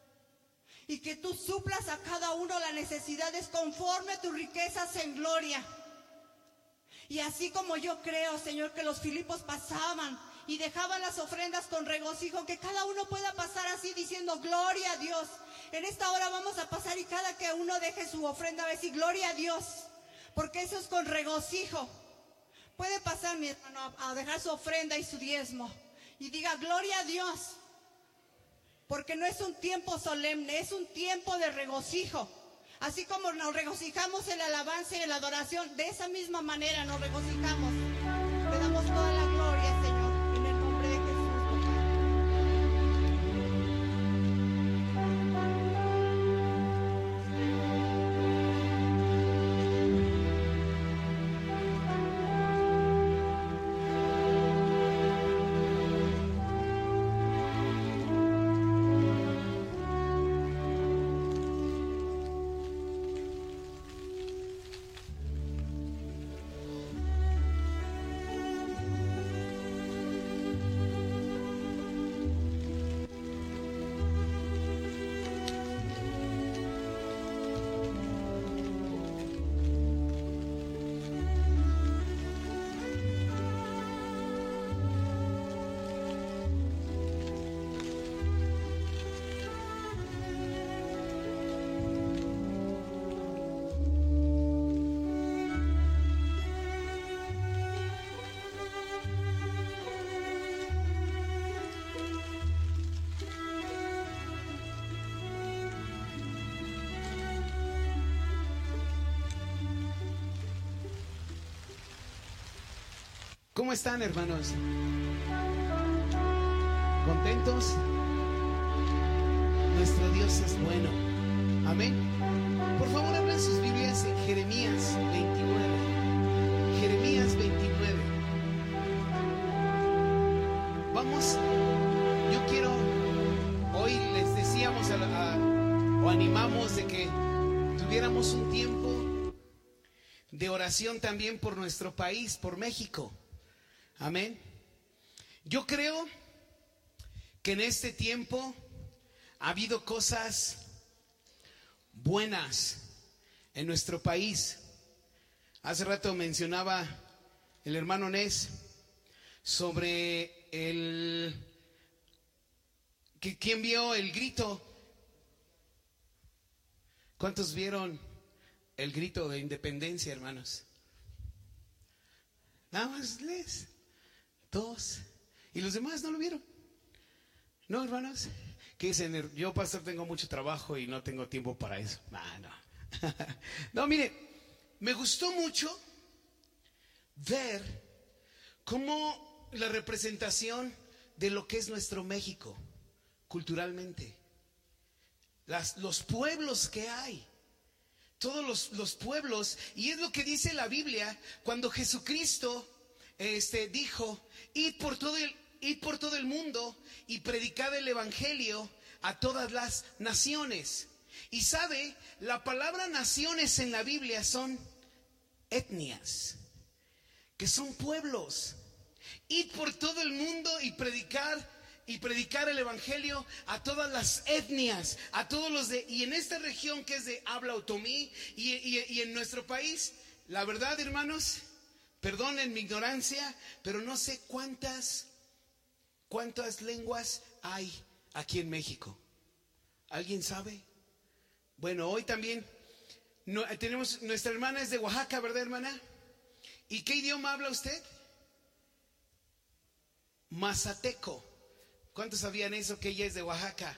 F: Y que tú suplas a cada uno las necesidades conforme a tus riquezas en gloria. Y así como yo creo, Señor, que los Filipos pasaban y dejaban las ofrendas con regocijo, que cada uno pueda pasar así diciendo: gloria a Dios. En esta hora vamos a pasar y cada que uno deje su ofrenda va a decir: gloria a Dios, porque eso es con regocijo. Puede pasar, mi hermano, a dejar su ofrenda y su diezmo y diga: gloria a Dios. Porque no es un tiempo solemne, es un tiempo de regocijo. Así como nos regocijamos en la alabanza y en la adoración, de esa misma manera nos regocijamos. Le damos toda la gloria, Señor, en el nombre de Jesús.
B: ¿Cómo están, hermanos? ¿Contentos? Nuestro Dios es bueno. Amén. Por favor, abran sus Biblias en Jeremías 29. Jeremías 29. Vamos, yo quiero, hoy les decíamos o animamos de que tuviéramos un tiempo de oración también por nuestro país, por México. Amén. Yo creo que en este tiempo ha habido cosas buenas en nuestro país. Hace rato mencionaba el hermano Nes sobre ¿quién vio el grito? ¿Cuántos vieron el grito de independencia, hermanos? Nada más les. Dos. ¿Y los demás no lo vieron? ¿No, hermanos? ¿Qué dicen? Yo, pastor, tengo mucho trabajo y no tengo tiempo para eso. No. No, mire, me gustó mucho ver cómo la representación de lo que es nuestro México, culturalmente. Los pueblos que hay, todos los pueblos, y es lo que dice la Biblia cuando Jesucristo dijo, id por todo el mundo y predicad el evangelio a todas las naciones. Y sabe, la palabra naciones en la Biblia son etnias, que son pueblos. Id por todo el mundo y predicar el evangelio a todas las etnias, a todos los y en esta región que es de habla otomí y en nuestro país, la verdad, hermanos, perdonen mi ignorancia, pero no sé cuántas lenguas hay aquí en México. ¿Alguien sabe? Bueno, hoy también tenemos, nuestra hermana es de Oaxaca, ¿verdad, hermana? ¿Y qué idioma habla usted? Mazateco. ¿Cuántos sabían eso, que ella es de Oaxaca?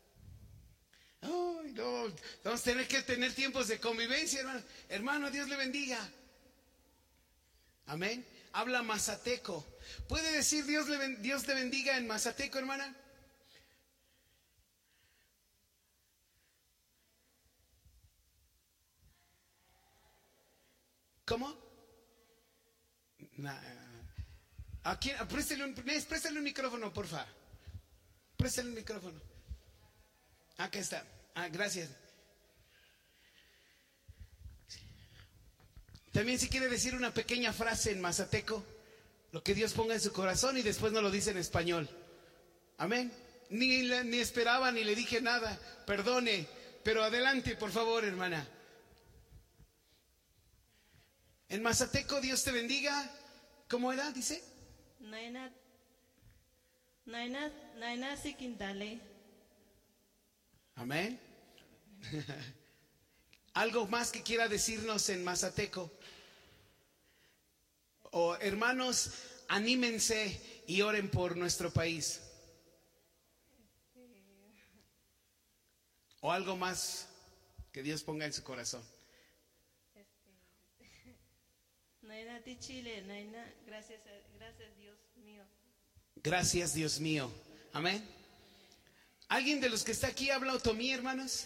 B: Ay, no, vamos a tener que tener tiempos de convivencia, hermano. Hermano, Dios le bendiga. Amén. Habla mazateco. ¿Puede decir Dios le bendiga en mazateco, hermana? ¿Cómo? Aquí, préstale un micrófono, porfa. Préstale un micrófono. Acá está. Gracias. También si quiere decir una pequeña frase en mazateco, lo que Dios ponga en su corazón, y después no lo dice en español. Amén. Ni esperaba ni le dije nada. Perdone, pero adelante, por favor, hermana. En mazateco, Dios te bendiga. ¿Cómo era? Dice.
G: Naina Sikintale.
B: Amén. ¿Algo más que quiera decirnos en mazateco? O hermanos, anímense y oren por nuestro país. O algo más que Dios ponga en su corazón.
G: Naina Tichile, Naina, gracias Dios mío.
B: Gracias, Dios mío. Amén. ¿Alguien de los que está aquí habla otomí, hermanos?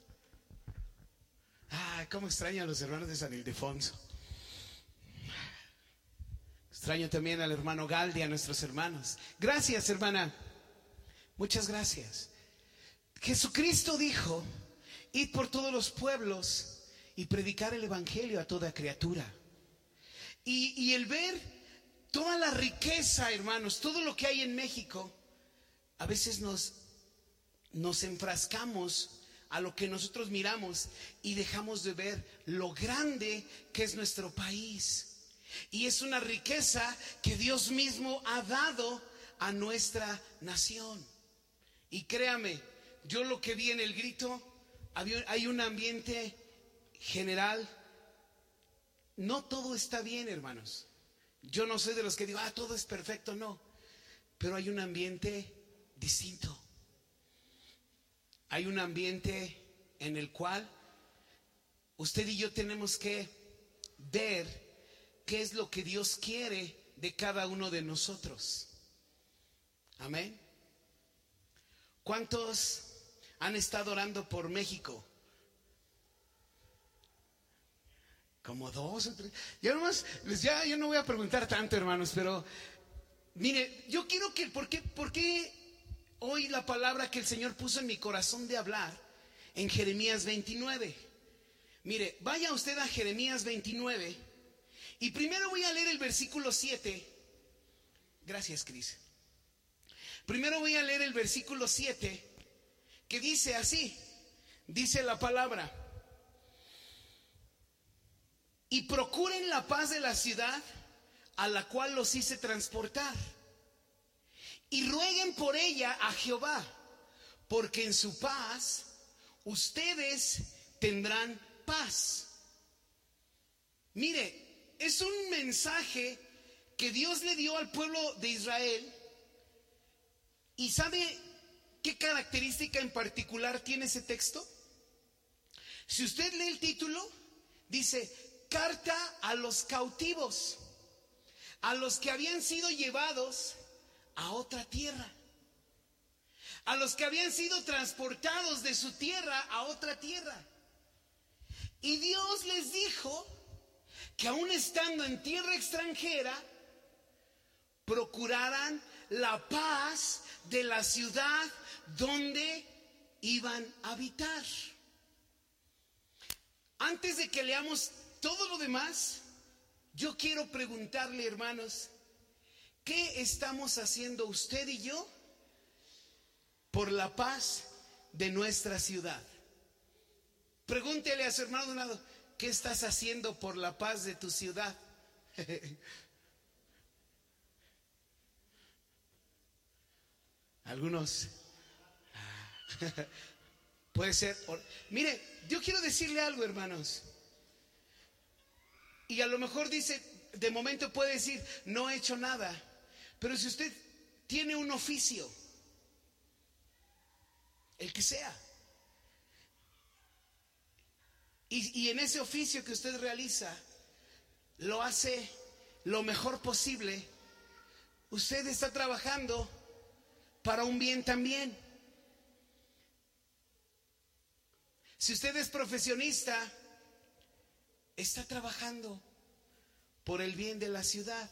B: Cómo extraño a los hermanos de San Ildefonso. Extraño también al hermano Galdi, a nuestros hermanos. Gracias, hermana. Muchas gracias. Jesucristo dijo, id por todos los pueblos y predicar el evangelio a toda criatura. Y el ver toda la riqueza, hermanos, todo lo que hay en México, a veces nos enfrascamos a lo que nosotros miramos y dejamos de ver lo grande que es nuestro país. Y es una riqueza que Dios mismo ha dado a nuestra nación. Y créame, yo lo que vi en el grito, hay un ambiente general. No todo está bien, hermanos. Yo no soy de los que digo, todo es perfecto, no. Pero hay un ambiente distinto. Hay un ambiente en el cual usted y yo tenemos que ver qué es lo que Dios quiere de cada uno de nosotros. Amén. ¿Cuántos han estado orando por México? Como 2 o 3. Yo no voy a preguntar tanto, hermanos, pero mire, yo quiero que ¿por qué hoy la palabra que el Señor puso en mi corazón de hablar en Jeremías 29? Mire, vaya usted a Jeremías 29 y primero voy a leer el versículo 7. Gracias, Cris. Primero voy a leer el versículo 7, que dice así, dice la palabra: y procuren la paz de la ciudad a la cual los hice transportar, y rueguen por ella a Jehová, porque en su paz ustedes tendrán paz. Mire, es un mensaje que Dios le dio al pueblo de Israel. ¿Y sabe qué característica en particular tiene ese texto? Si usted lee el título, dice: carta a los cautivos, a los que habían sido llevados a otra tierra. A los que habían sido transportados de su tierra a otra tierra. Y Dios les dijo que aún estando en tierra extranjera, procuraran la paz de la ciudad donde iban a habitar. Antes de que leamos todo lo demás, yo quiero preguntarle, hermanos, ¿qué estamos haciendo usted y yo por la paz de nuestra ciudad? Pregúntele a su hermano de un lado, ¿qué estás haciendo por la paz de tu ciudad? Algunos. Puede ser. Mire, yo quiero decirle algo, hermanos. Y a lo mejor dice, de momento puede decir, no he hecho nada. Pero si usted tiene un oficio, el que sea, y en ese oficio que usted realiza, lo hace lo mejor posible, usted está trabajando para un bien también. Si usted es profesionista, está trabajando por el bien de la ciudad.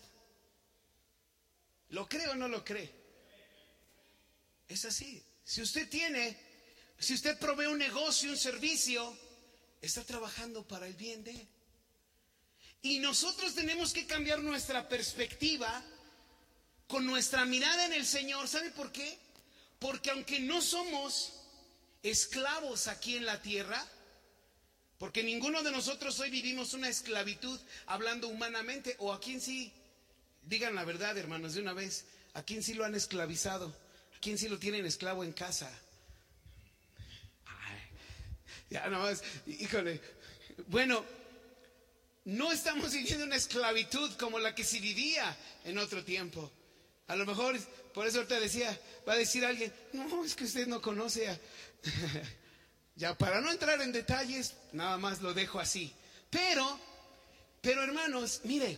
B: ¿Lo cree o no lo cree? Es así. Si usted provee un negocio, un servicio, está trabajando para el bien de. Y nosotros tenemos que cambiar nuestra perspectiva con nuestra mirada en el Señor. ¿Sabe por qué? Porque aunque no somos esclavos aquí en la tierra, porque ninguno de nosotros hoy vivimos una esclavitud hablando humanamente, o a quién sí, digan la verdad, hermanos, de una vez, a quién sí lo han esclavizado, a quién sí lo tienen esclavo en casa. Ay, ya nomás, híjole, bueno, no estamos viviendo una esclavitud como la que se vivía en otro tiempo. A lo mejor, por eso ahorita decía, va a decir alguien, no, es que usted no conoce a... Ya, para no entrar en detalles, nada más lo dejo así. Pero hermanos, mire,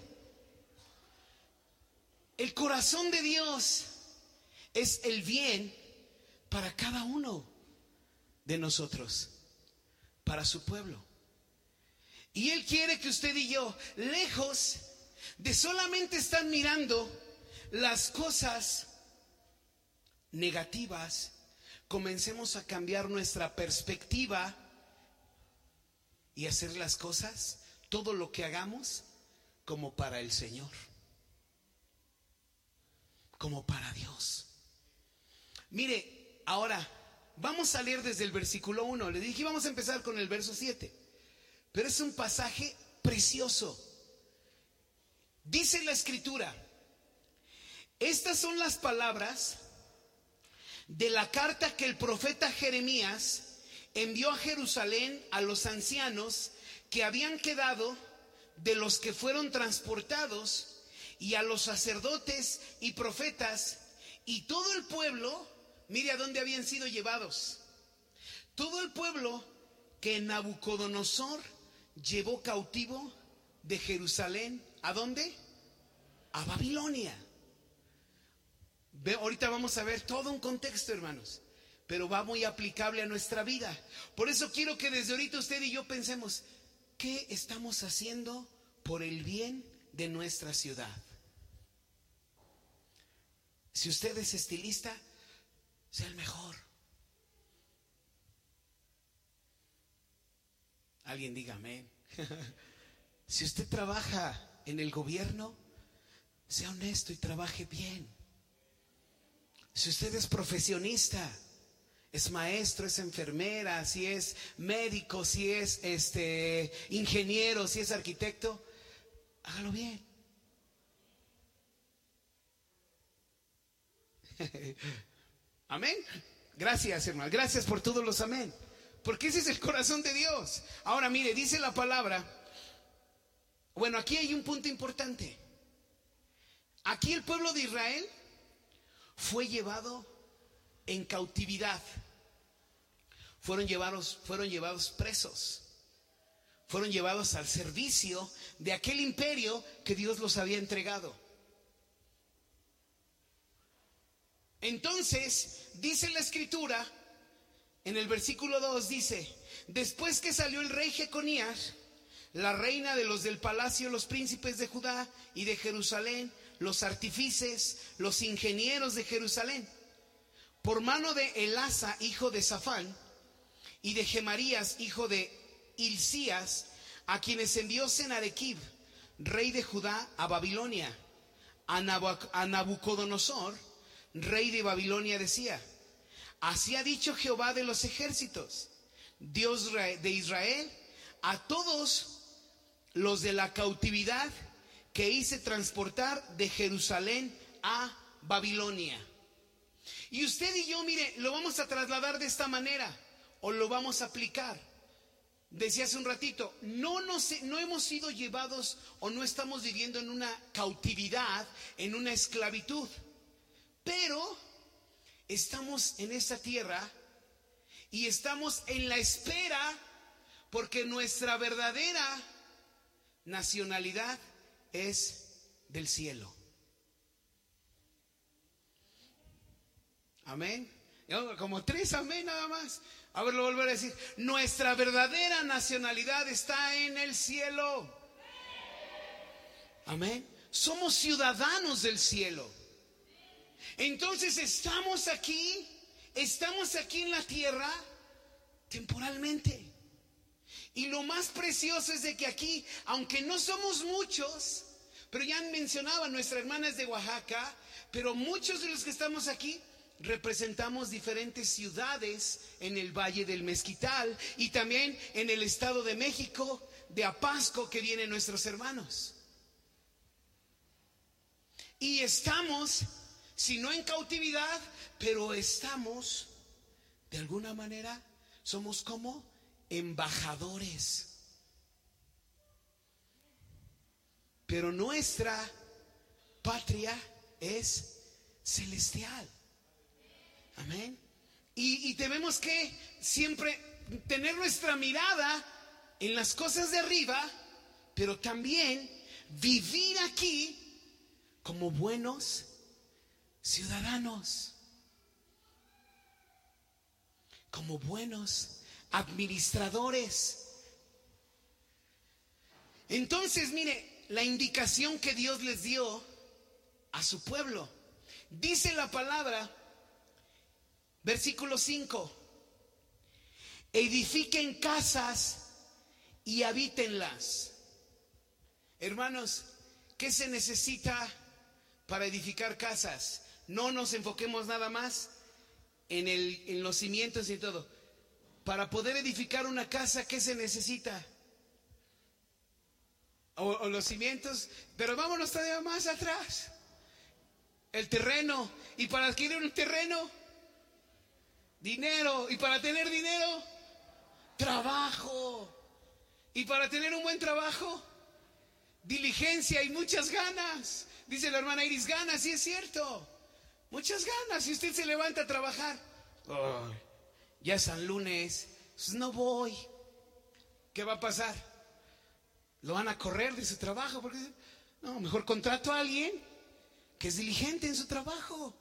B: el corazón de Dios es el bien para cada uno de nosotros, para su pueblo. Y Él quiere que usted y yo, lejos de solamente estar mirando las cosas negativas, comencemos a cambiar nuestra perspectiva y hacer las cosas, todo lo que hagamos, como para el Señor, como para Dios. Mire, ahora vamos a leer desde el versículo 1. Le dije vamos a empezar con el verso 7, pero es un pasaje precioso. Dice la Escritura: estas son las palabras de la carta que el profeta Jeremías envió a Jerusalén a los ancianos que habían quedado de los que fueron transportados, y a los sacerdotes y profetas y todo el pueblo. Mire a dónde habían sido llevados. Todo el pueblo que Nabucodonosor llevó cautivo de Jerusalén. ¿A dónde? A Babilonia. Ahorita vamos a ver todo un contexto, hermanos, pero va muy aplicable a nuestra vida. Por eso quiero que desde ahorita usted y yo pensemos, ¿qué estamos haciendo por el bien de nuestra ciudad? Si usted es estilista, sea el mejor. Alguien diga amén. Si usted trabaja en el gobierno, sea honesto y trabaje bien. Si usted es profesionista, es maestro, es enfermera, si es médico, si es ingeniero, si es arquitecto, hágalo bien. Amén. Gracias, hermano. Gracias por todos los amén. Porque ese es el corazón de Dios. Ahora mire, dice la palabra. Bueno, aquí hay un punto importante. Aquí el pueblo de Israel fue llevado en cautividad. Fueron llevados presos. Fueron llevados al servicio de aquel imperio que Dios los había entregado. Entonces, dice la escritura, en el versículo 2 dice: después que salió el rey Jeconías, la reina de los del palacio, los príncipes de Judá y de Jerusalén, los artífices, los ingenieros de Jerusalén, por mano de Elasa, hijo de Safán, y de Gemarías, hijo de Hilcías, a quienes envió Senarequib, rey de Judá, a Babilonia, a Nabucodonosor, rey de Babilonia, decía: así ha dicho Jehová de los ejércitos, Dios de Israel, a todos los de la cautividad que hice transportar de Jerusalén a Babilonia. Y usted y yo, mire, lo vamos a trasladar de esta manera, o lo vamos a aplicar. Decía hace un ratito, no hemos sido llevados o no estamos viviendo en una cautividad, en una esclavitud, pero estamos en esta tierra y estamos en la espera, porque nuestra verdadera nacionalidad es del cielo. Amén. Como 3 amén nada más. A ver, lo volveré a decir. Nuestra verdadera nacionalidad está en el cielo. Amén. Somos ciudadanos del cielo. Entonces estamos aquí en la tierra temporalmente. Y lo más precioso es de que aquí, aunque no somos muchos, pero ya mencionaba nuestra hermana es de Oaxaca, pero muchos de los que estamos aquí representamos diferentes ciudades en el Valle del Mezquital y también en el Estado de México, de Apasco, que vienen nuestros hermanos. Y estamos, si no en cautividad, pero estamos, de alguna manera, somos como embajadores. Pero nuestra patria es celestial. Amén. Y tenemos que siempre tener nuestra mirada en las cosas de arriba, pero también vivir aquí como buenos ciudadanos, como buenos administradores. Entonces, mire, la indicación que Dios les dio a su pueblo. Dice la palabra, versículo 5: edifiquen casas y habítenlas. Hermanos, ¿qué se necesita para edificar casas? No nos enfoquemos nada más en los cimientos y todo. Para poder edificar una casa, ¿qué se necesita? O los cimientos, pero vámonos todavía más atrás. El terreno. Y para adquirir un terreno, dinero. Y para tener dinero, trabajo. Y para tener un buen trabajo, diligencia y muchas ganas. Dice la hermana Iris, ganas, sí es cierto. Muchas ganas. Si usted se levanta a trabajar, ya es San Lunes, pues no voy. ¿Qué va a pasar? Lo van a correr de su trabajo, porque no, mejor contrato a alguien que es diligente en su trabajo.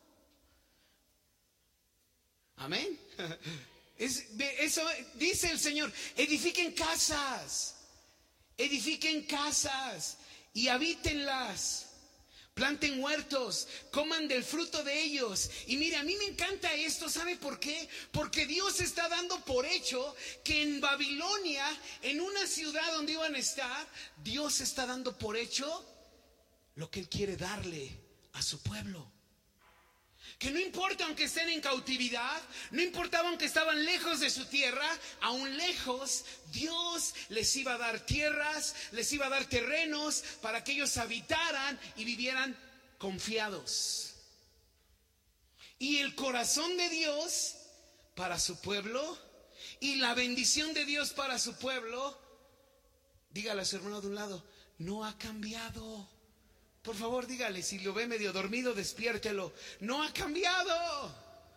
B: Amén. Eso dice el Señor. Edifiquen casas y habítenlas. Planten huertos, coman del fruto de ellos. Y mire, a mí me encanta esto. ¿Sabe por qué? Porque Dios está dando por hecho que en Babilonia, en una ciudad donde iban a estar, Dios está dando por hecho lo que Él quiere darle a su pueblo. Que no importa aunque estén en cautividad, no importaba aunque estaban lejos de su tierra, aún lejos, Dios les iba a dar tierras, les iba a dar terrenos para que ellos habitaran y vivieran confiados. Y el corazón de Dios para su pueblo y la bendición de Dios para su pueblo, dígale a su hermano de un lado, no ha cambiado. Por favor, dígale, si lo ve medio dormido, despiértelo. No ha cambiado.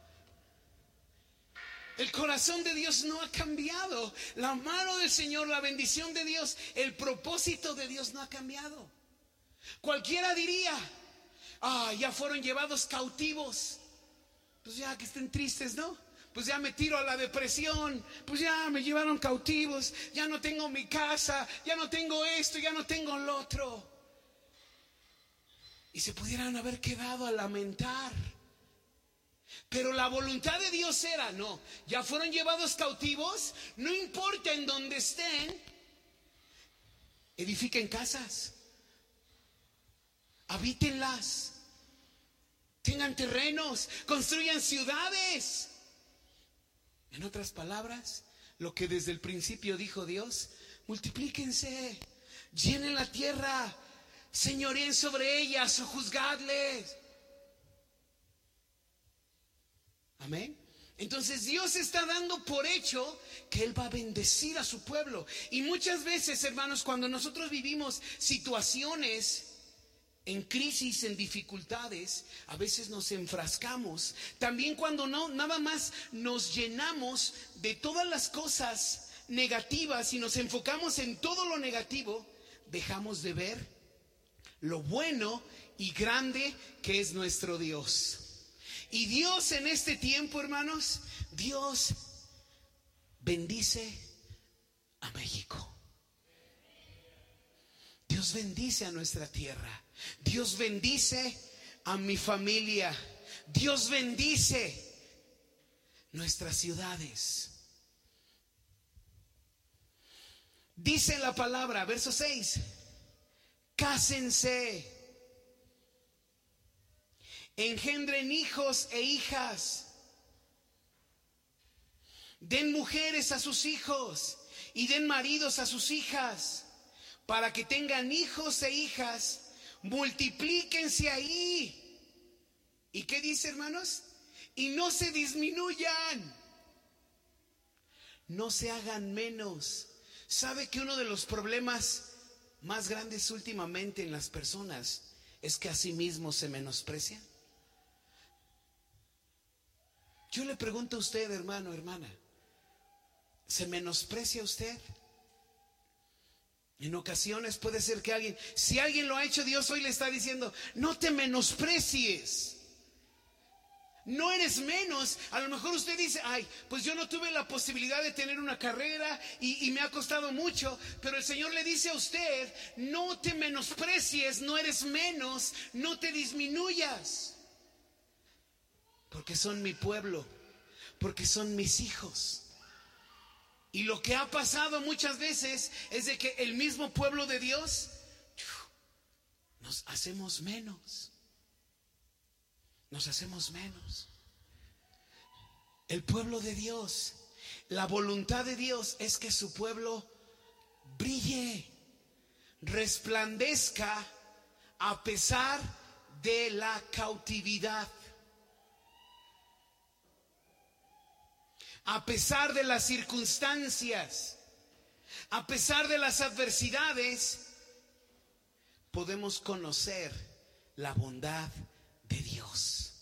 B: El corazón de Dios no ha cambiado. La mano del Señor, la bendición de Dios, el propósito de Dios no ha cambiado. Cualquiera diría, ya fueron llevados cautivos. pues ya que estén tristes, ¿no? Pues ya me tiro a la depresión, pues ya me llevaron cautivos, ya no tengo mi casa, ya no tengo esto, ya no tengo lo otro. Y se pudieran haber quedado a lamentar. Pero la voluntad de Dios era, no, ya fueron llevados cautivos, no importa en dónde estén, edifiquen casas, habítenlas, tengan terrenos, construyan ciudades. En otras palabras, lo que desde el principio dijo Dios: multiplíquense, llenen la tierra, señoreen sobre ella, sojuzgadles. Amén. Entonces Dios está dando por hecho que Él va a bendecir a su pueblo. Y muchas veces, hermanos, cuando nosotros vivimos situaciones en crisis, en dificultades, a veces nos enfrascamos. También cuando no, nada más nos llenamos de todas las cosas negativas y nos enfocamos en todo lo negativo, dejamos de ver lo bueno y grande que es nuestro Dios. Y Dios en este tiempo, hermanos, Dios bendice a México. Dios bendice a nuestra tierra. Dios bendice a mi familia. Dios bendice nuestras ciudades. Dice la palabra, verso 6: cásense, engendren hijos e hijas, den mujeres a sus hijos y den maridos a sus hijas, para que tengan hijos e hijas, multiplíquense ahí. ¿Y qué dice, hermanos? Y no se disminuyan, no se hagan menos. ¿Sabe que uno de los problemas más grandes últimamente en las personas es que a sí mismos se menosprecian? Yo le pregunto a usted, hermano, hermana, ¿se menosprecia usted? En ocasiones puede ser que alguien, si alguien lo ha hecho, Dios hoy le está diciendo: no te menosprecies, no eres menos. A lo mejor usted dice: ay, pues yo no tuve la posibilidad de tener una carrera y me ha costado mucho. Pero el Señor le dice a usted: no te menosprecies, no eres menos, no te disminuyas, porque son mi pueblo, porque son mis hijos. Y lo que ha pasado muchas veces es de que el mismo pueblo de Dios nos hacemos menos. Nos hacemos menos. El pueblo de Dios, la voluntad de Dios es que su pueblo brille, resplandezca a pesar de la cautividad. A pesar de las circunstancias, a pesar de las adversidades, podemos conocer la bondad de Dios.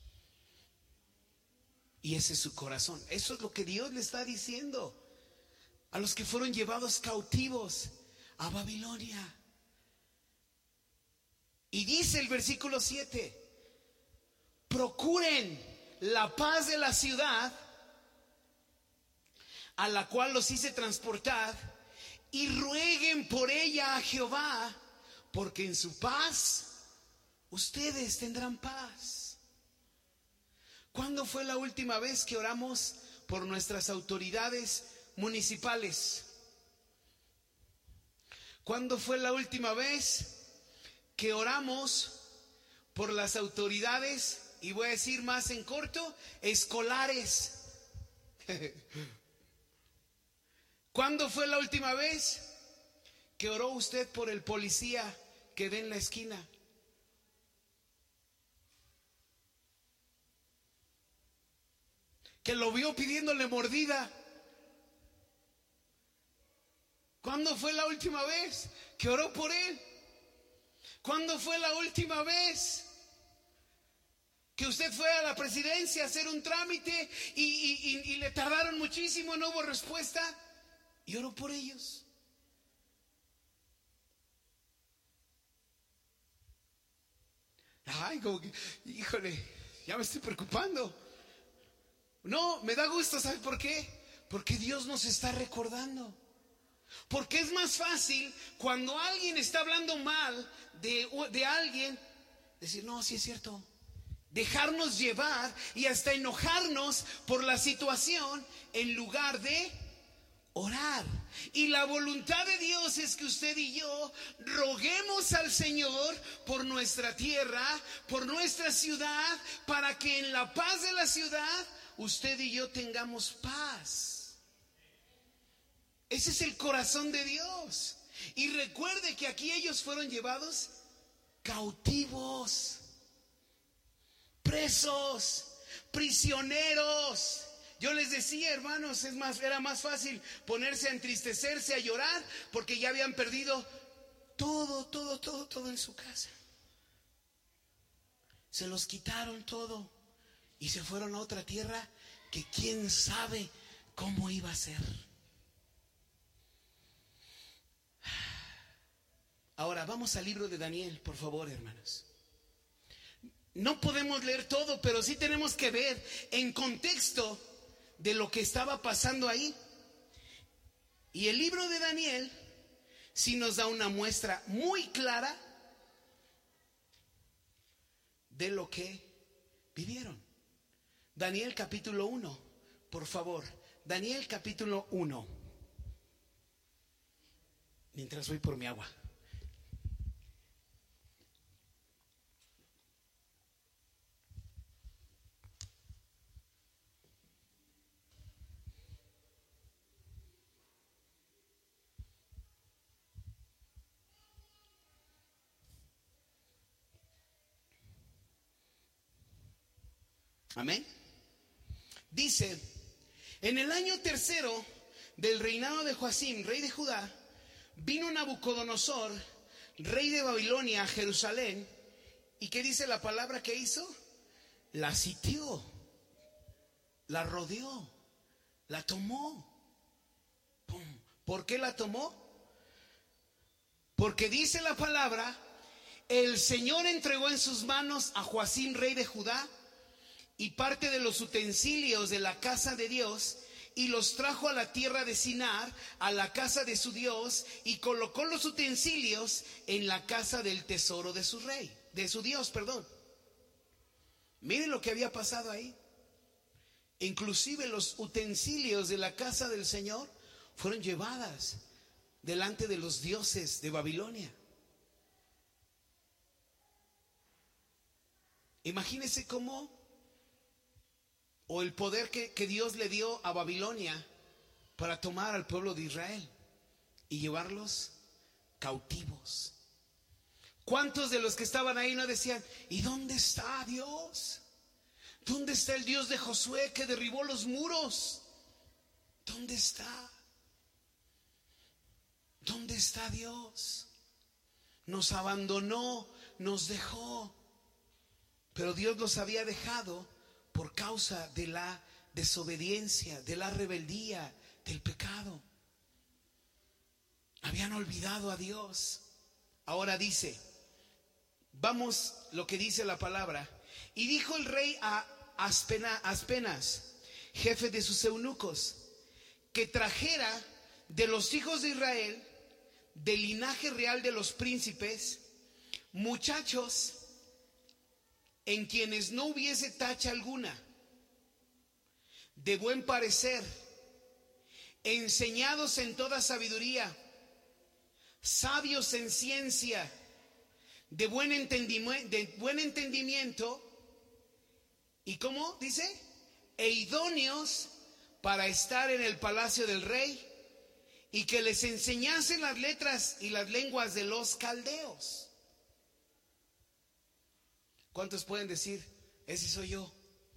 B: Y ese es su corazón. Eso es lo que Dios le está diciendo a los que fueron llevados cautivos a Babilonia. Y dice el versículo 7: procuren la paz de la ciudad a la cual los hice transportar, y rueguen por ella a Jehová, porque en su paz ustedes tendrán paz. ¿Cuándo fue la última vez que oramos por nuestras autoridades municipales? ¿Cuándo fue la última vez que oramos por las autoridades, y voy a decir más en corto, escolares? ¿Cuándo fue la última vez que oró usted por el policía que ve en la esquina? Que lo vio pidiéndole mordida. ¿Cuándo fue la última vez que oró por él? ¿Cuándo fue la última vez que usted fue a la presidencia a hacer un trámite y le tardaron muchísimo, no hubo respuesta, y oró por ellos? Ay, como que, híjole, ya me estoy preocupando. No, me da gusto, ¿sabe por qué? Porque Dios nos está recordando. Porque es más fácil cuando alguien está hablando mal de alguien, decir, no, sí es cierto. Dejarnos llevar y hasta enojarnos por la situación en lugar de orar. Y la voluntad de Dios es que usted y yo roguemos al Señor por nuestra tierra, por nuestra ciudad, para que en la paz de la ciudad usted y yo tengamos paz. Ese es el corazón de Dios. Y recuerde que aquí ellos fueron llevados cautivos, presos, prisioneros. Yo les decía, hermanos, era más fácil ponerse a entristecerse, a llorar, porque ya habían perdido todo en su casa. Se los quitaron todo y se fueron a otra tierra que quién sabe cómo iba a ser. Ahora vamos al libro de Daniel, por favor, hermanos. No podemos leer todo, pero sí tenemos que ver en contexto de lo que estaba pasando ahí. Y el libro de Daniel sí nos da una muestra muy clara de lo que vivieron. Daniel capítulo 1, por favor. Daniel capítulo 1. Mientras voy por mi agua. Amén. Dice, en el año tercero del reinado de Joacim, rey de Judá, vino Nabucodonosor, rey de Babilonia, a Jerusalén. ¿Y qué dice la palabra que hizo? La sitió, la rodeó, la tomó. ¡Pum! ¿Por qué la tomó? Porque dice la palabra, el Señor entregó en sus manos a Joacim, rey de Judá, y parte de los utensilios de la casa de Dios, y los trajo a la tierra de Sinar, a la casa de su Dios, y colocó los utensilios en la casa del tesoro de su rey, de su Dios, perdón. Miren lo que había pasado ahí. Inclusive los utensilios de la casa del Señor fueron llevadas delante de los dioses de Babilonia. Imagínense cómo, o el poder que Dios le dio a Babilonia para tomar al pueblo de Israel y llevarlos cautivos. ¿Cuántos de los que estaban ahí no decían, ¿y dónde está Dios? ¿Dónde está el Dios de Josué que derribó los muros? ¿Dónde está? ¿Dónde está Dios? Nos abandonó, nos dejó. Pero Dios los había dejado por causa de la desobediencia, de la rebeldía, del pecado. Habían olvidado a Dios. Ahora dice, vamos lo que dice la palabra. Y dijo el rey a Aspenas, jefe de sus eunucos, que trajera de los hijos de Israel, del linaje real de los príncipes, muchachos en quienes no hubiese tacha alguna, de buen parecer, enseñados en toda sabiduría, sabios en ciencia, de buen entendimiento, y ¿cómo dice? E idóneos para estar en el palacio del rey, y que les enseñasen las letras y las lenguas de los caldeos. ¿Cuántos pueden decir, ese soy yo?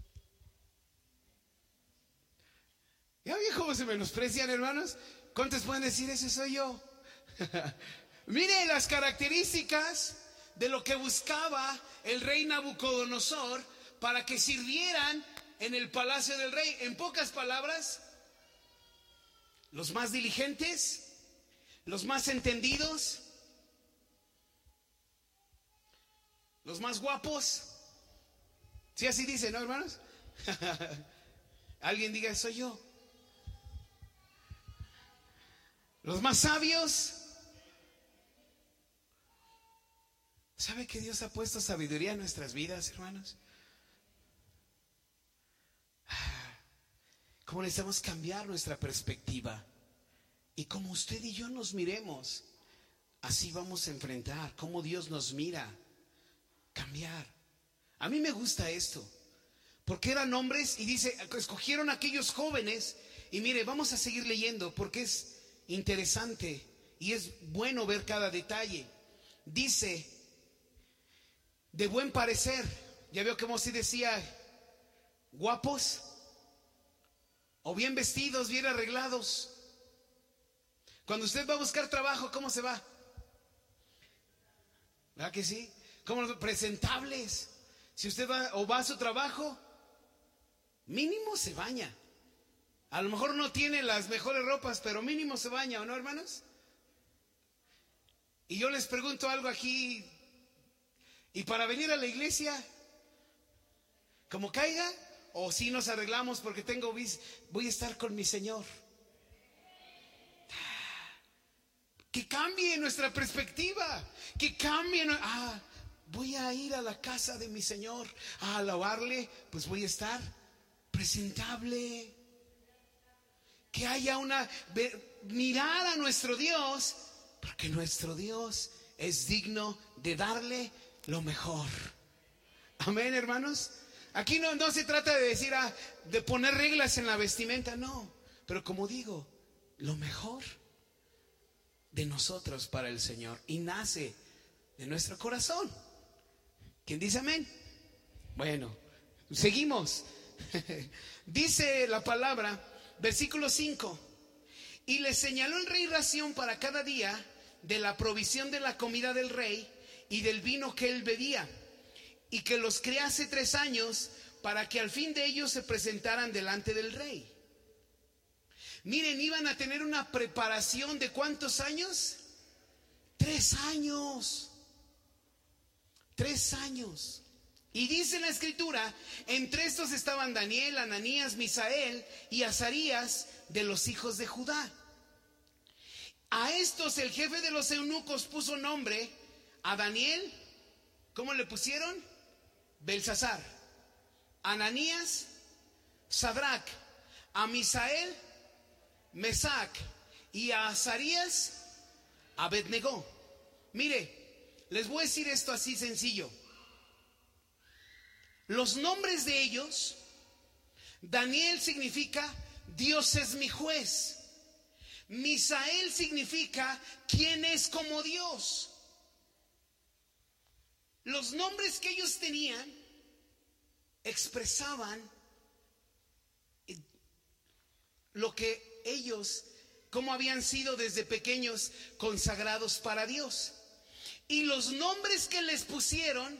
B: ¿Ya ven cómo se menosprecian, hermanos? ¿Cuántos pueden decir, ese soy yo? Mire las características de lo que buscaba el rey Nabucodonosor para que sirvieran en el palacio del rey. En pocas palabras, los más diligentes, los más entendidos, los más guapos. ¿Sí así dice, no, hermanos? Alguien diga, soy yo. Los más sabios. ¿Sabe que Dios ha puesto sabiduría en nuestras vidas, hermanos? ¿Cómo necesitamos cambiar nuestra perspectiva? Y como usted y yo nos miremos, así vamos a enfrentar. Cómo Dios nos mira. Cambiar. A mí me gusta esto. Porque eran hombres y dice, escogieron a aquellos jóvenes. Y mire, vamos a seguir leyendo porque es interesante y es bueno ver cada detalle. Dice, de buen parecer. Ya veo como si decía, guapos o bien vestidos, bien arreglados. Cuando usted va a buscar trabajo, ¿cómo se va? ¿Verdad que sí? ¿Cómo? Presentables. Si usted va o va a su trabajo, mínimo se baña. A lo mejor no tiene las mejores ropas, pero mínimo se baña, ¿o no, hermanos? Y yo les pregunto algo aquí. ¿Y para venir a la iglesia, como caiga? ¿O si nos arreglamos porque voy a estar con mi Señor? Que cambie nuestra perspectiva. Que cambie. Voy a ir a la casa de mi Señor a alabarle. Pues voy a estar presentable. Que haya mirar a nuestro Dios. Porque nuestro Dios es digno de darle lo mejor. Amén, hermanos. Aquí no se trata de decir de poner reglas en la vestimenta, no. Pero como digo, lo mejor de nosotros para el Señor. Y nace de nuestro corazón. ¿Quién dice amén? Bueno, seguimos. Dice la palabra, versículo 5. Y le señaló el rey ración para cada día de la provisión de la comida del rey y del vino que él bebía, y que los criase 3 años para que al fin de ellos se presentaran delante del rey. Miren, iban a tener una preparación de ¿cuántos años? 3 años. 3 años. Y dice la escritura, entre estos estaban Daniel, Ananías, Misael y Azarías de los hijos de Judá. A estos el jefe de los eunucos puso nombre a Daniel. ¿Cómo le pusieron? Belsasar. Ananías, Sadrac. A Misael, Mesac. Y a Azarías, Abednego. Mire, les voy a decir esto así sencillo. Los nombres de ellos, Daniel significa Dios es mi juez. Misael significa ¿quién es como Dios? Los nombres que ellos tenían expresaban lo que ellos, como habían sido desde pequeños consagrados para Dios. Y los nombres que les pusieron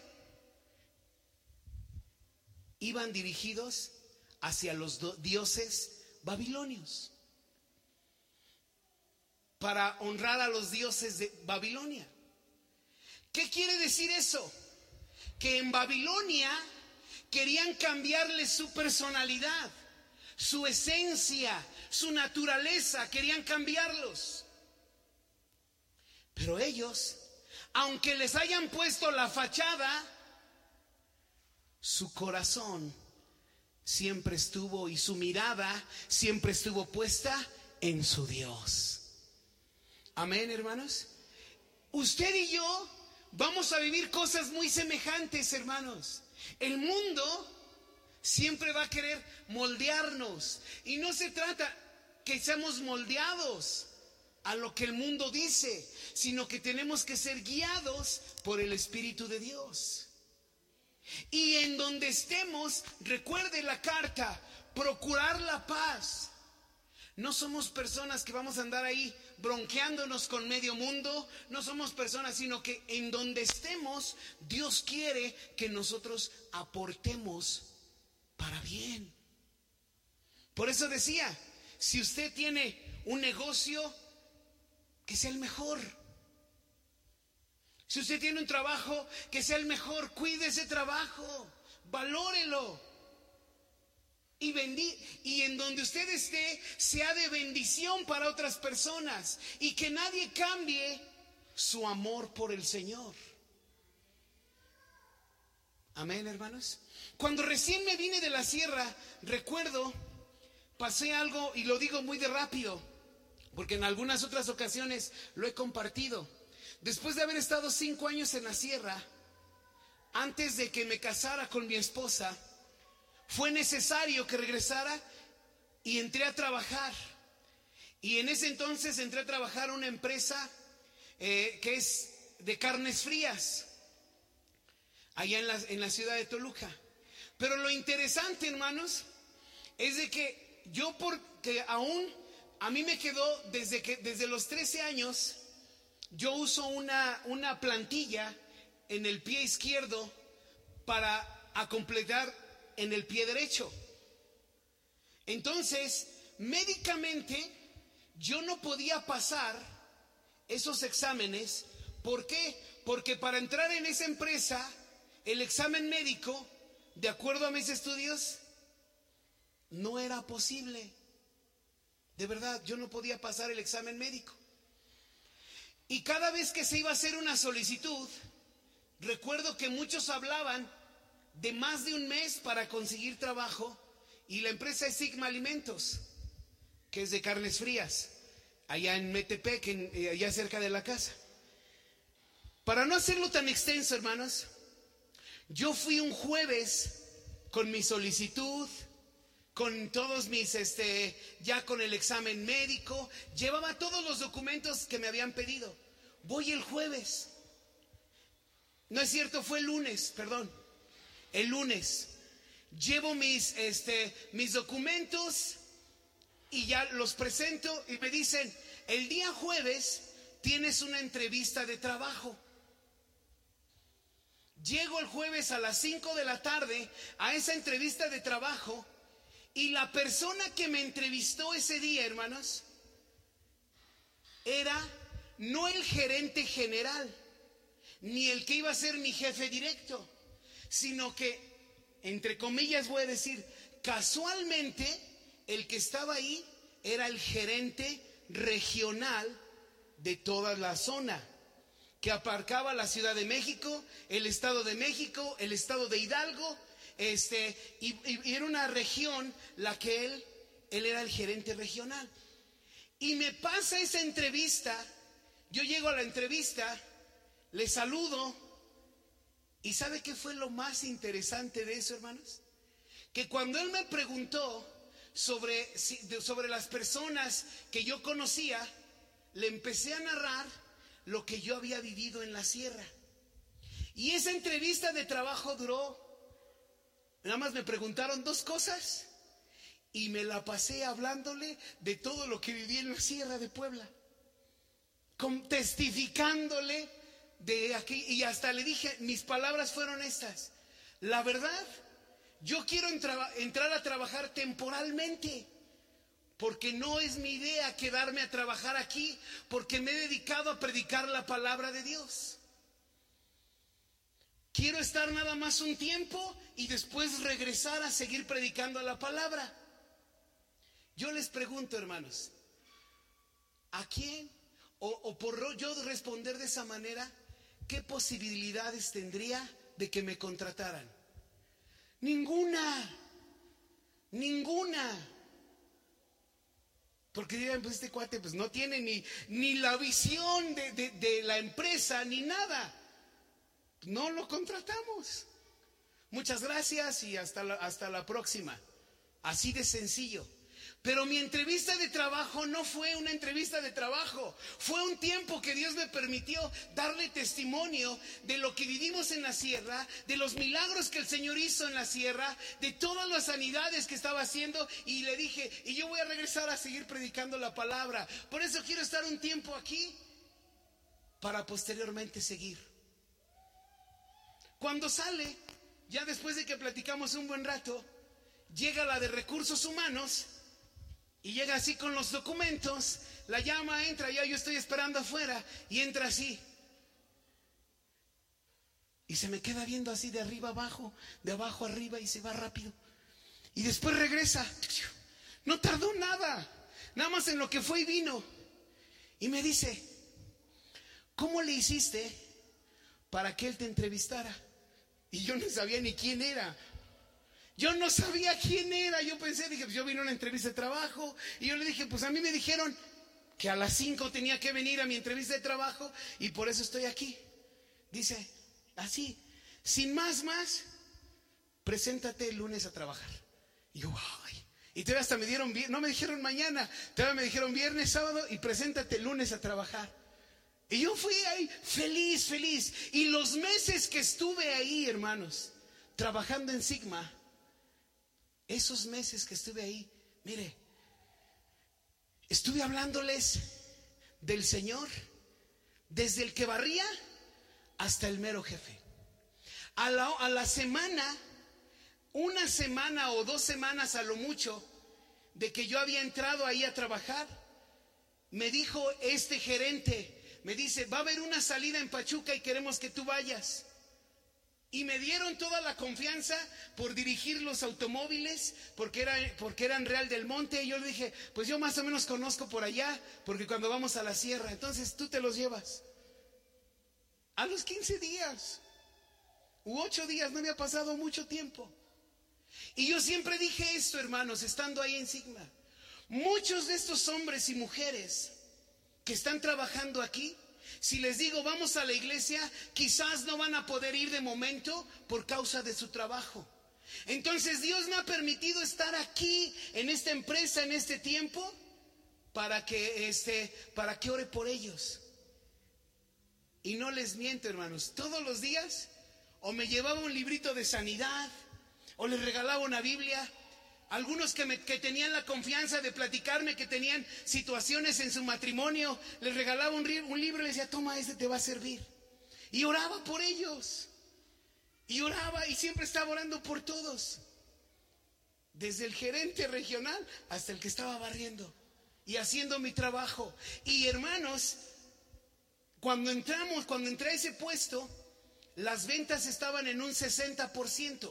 B: iban dirigidos hacia los dioses babilonios, para honrar a los dioses de Babilonia. ¿Qué quiere decir eso? Que en Babilonia querían cambiarle su personalidad, su esencia, su naturaleza, querían cambiarlos. Pero ellos, aunque les hayan puesto la fachada, su corazón siempre estuvo y su mirada siempre estuvo puesta en su Dios. Amén, hermanos. Usted y yo vamos a vivir cosas muy semejantes, hermanos. El mundo siempre va a querer moldearnos. Y no se trata que seamos moldeados a lo que el mundo dice, sino que tenemos que ser guiados por el Espíritu de Dios. Y en donde estemos, recuerde la carta, procurar la paz. No somos personas que vamos a andar ahí bronqueándonos con medio mundo. No somos personas, sino que en donde estemos, Dios quiere que nosotros aportemos para bien. Por eso decía, si usted tiene un negocio, que sea el mejor. Si usted tiene un trabajo, que sea el mejor. Cuide ese trabajo, valórelo. y en donde usted esté sea de bendición para otras personas y que nadie cambie su amor por el Señor. Amén, hermanos. Cuando recién me vine de la sierra, recuerdo, pasé algo, y lo digo muy de rápido, porque en algunas otras ocasiones lo he compartido. Después de haber estado 5 años en la sierra, antes de que me casara con mi esposa, fue necesario que regresara y entré a trabajar. Y en ese entonces entré a trabajar a una empresa que es de carnes frías, allá en la ciudad de Toluca. Pero lo interesante, hermanos, es de que yo, porque aún a mí me quedó desde los 13 años, yo uso una plantilla en el pie izquierdo para completar en el pie derecho. Entonces, médicamente, yo no podía pasar esos exámenes. ¿Por qué? Porque para entrar en esa empresa, el examen médico, de acuerdo a mis estudios, no era posible. De verdad, yo no podía pasar el examen médico. Y cada vez que se iba a hacer una solicitud, recuerdo que muchos hablaban de más de un mes para conseguir trabajo, y la empresa es Sigma Alimentos, que es de carnes frías, allá en Metepec, allá cerca de la casa. Para no hacerlo tan extenso, hermanos, yo fui un jueves con mi solicitud, con todos mis, ya con el examen médico, llevaba todos los documentos que me habían pedido. Voy el jueves. No es cierto, fue el lunes, perdón. El lunes. Llevo mis documentos y ya los presento y me dicen, el día jueves tienes una entrevista de trabajo. Llego el jueves a las 5 de la tarde a esa entrevista de trabajo, y la persona que me entrevistó ese día, hermanos, era no el gerente general, ni el que iba a ser mi jefe directo, sino que, entre comillas voy a decir, casualmente el que estaba ahí era el gerente regional de toda la zona, que abarcaba la Ciudad de México, el Estado de México, el Estado de Hidalgo, y era una región la que él era el gerente regional. Y me pasa esa entrevista, yo llego a la entrevista, le saludo, y ¿sabe qué fue lo más interesante de eso, hermanos? Que cuando él me preguntó sobre las personas que yo conocía, le empecé a narrar lo que yo había vivido en la sierra. Y esa entrevista de trabajo duró, nada más me preguntaron 2 cosas y me la pasé hablándole de todo lo que viví en la sierra de Puebla, testificándole de aquí, y hasta le dije, mis palabras fueron estas: la verdad, yo quiero entrar a trabajar temporalmente, porque no es mi idea quedarme a trabajar aquí, porque me he dedicado a predicar la palabra de Dios. Quiero estar nada más un tiempo y después regresar a seguir predicando la palabra. Yo les pregunto, hermanos, ¿a quién? O por yo responder de esa manera, ¿qué posibilidades tendría de que me contrataran? Ninguna. Porque dirán, pues este cuate pues no tiene ni la visión de la empresa, ni nada. No lo contratamos. Muchas gracias y hasta la próxima. Así de sencillo. Pero mi entrevista de trabajo no fue una entrevista de trabajo. Fue un tiempo que Dios me permitió darle testimonio de lo que vivimos en la sierra, de los milagros que el Señor hizo en la sierra, de todas las sanidades que estaba haciendo. Y le dije, y yo voy a regresar a seguir predicando la palabra. Por eso quiero estar un tiempo aquí para posteriormente seguir. Cuando sale, ya después de que platicamos un buen rato, llega la de recursos humanos. Y llega así con los documentos, la llama, entra, ya yo estoy esperando afuera, y entra así. Y se me queda viendo así de arriba abajo, de abajo arriba, y se va rápido.
E: Y después regresa. No tardó nada. Nada más en lo que fue y vino. Y me dice, ¿cómo le hiciste para que él te entrevistara? Y yo no sabía ni quién era. Yo no sabía quién era. Yo pensé, dije, pues yo vine a una entrevista de trabajo. Y yo le dije, pues a mí me dijeron que a las 5 tenía que venir a mi entrevista de trabajo. Y por eso estoy aquí. Dice, así, sin más, preséntate el lunes a trabajar. Y yo, ay. Y todavía hasta me dieron, no me dijeron mañana, todavía me dijeron viernes, sábado y preséntate el lunes a trabajar. Y yo fui ahí feliz. Y los meses que estuve ahí, hermanos, trabajando en Sigma, esos meses que estuve ahí, mire, estuve hablándoles del Señor, desde el que barría hasta el mero jefe. A la semana, una semana o 2 semanas a lo mucho de que yo había entrado ahí a trabajar, me dijo este gerente, me dice, va a haber una salida en Pachuca y queremos que tú vayas. Y me dieron toda la confianza por dirigir los automóviles, porque eran Real del Monte. Y yo le dije, pues yo más o menos conozco por allá, porque cuando vamos a la sierra, entonces tú te los llevas. A los 15 días u 8 días, no había pasado mucho tiempo. Y yo siempre dije esto, hermanos, estando ahí en Sigma. Muchos de estos hombres y mujeres que están trabajando aquí, si les digo vamos a la iglesia, quizás no van a poder ir de momento por causa de su trabajo. Entonces Dios me ha permitido estar aquí en esta empresa en este tiempo para que ore por ellos. Y no les miento, hermanos, todos los días o me llevaba un librito de sanidad o les regalaba una Biblia. Algunos que tenían la confianza de platicarme que tenían situaciones en su matrimonio, les regalaba un libro y les decía, toma, este te va a servir. Y oraba por ellos. Y oraba y siempre estaba orando por todos. Desde el gerente regional hasta el que estaba barriendo y haciendo mi trabajo. Y hermanos, cuando entré a ese puesto, las ventas estaban en un 60%.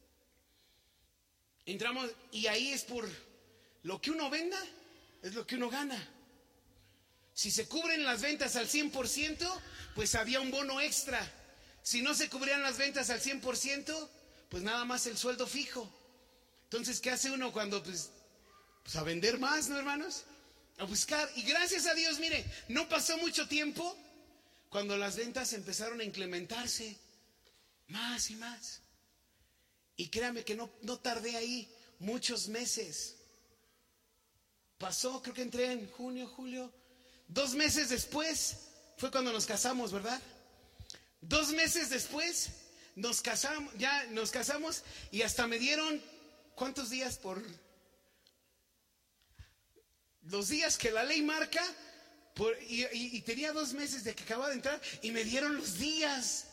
E: Entramos y ahí es por lo que uno venda, es lo que uno gana. Si se cubren las ventas al 100%, pues había un bono extra. Si no se cubrían las ventas al 100%, pues nada más el sueldo fijo. Entonces, ¿qué hace uno cuando pues a vender más, ¿no, hermanos? A buscar. Y gracias a Dios, mire, no pasó mucho tiempo cuando las ventas empezaron a incrementarse más y más. Y créame que no tardé ahí muchos meses. Pasó, creo que entré en junio, julio. 2 meses después fue cuando nos casamos, ¿verdad? 2 meses después nos casamos y hasta me dieron, ¿cuántos días por? Los días que la ley marca, y tenía 2 meses de que acababa de entrar y me dieron los días.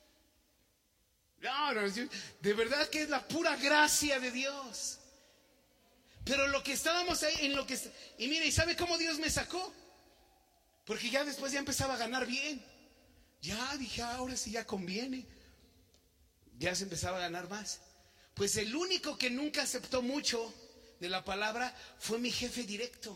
E: No, de verdad que es la pura gracia de Dios. Pero lo que estábamos ahí, y mire, ¿y sabe cómo Dios me sacó? Porque ya después ya empezaba a ganar bien. Ya dije, ahora sí ya conviene. Ya se empezaba a ganar más. Pues el único que nunca aceptó mucho de la palabra fue mi jefe directo.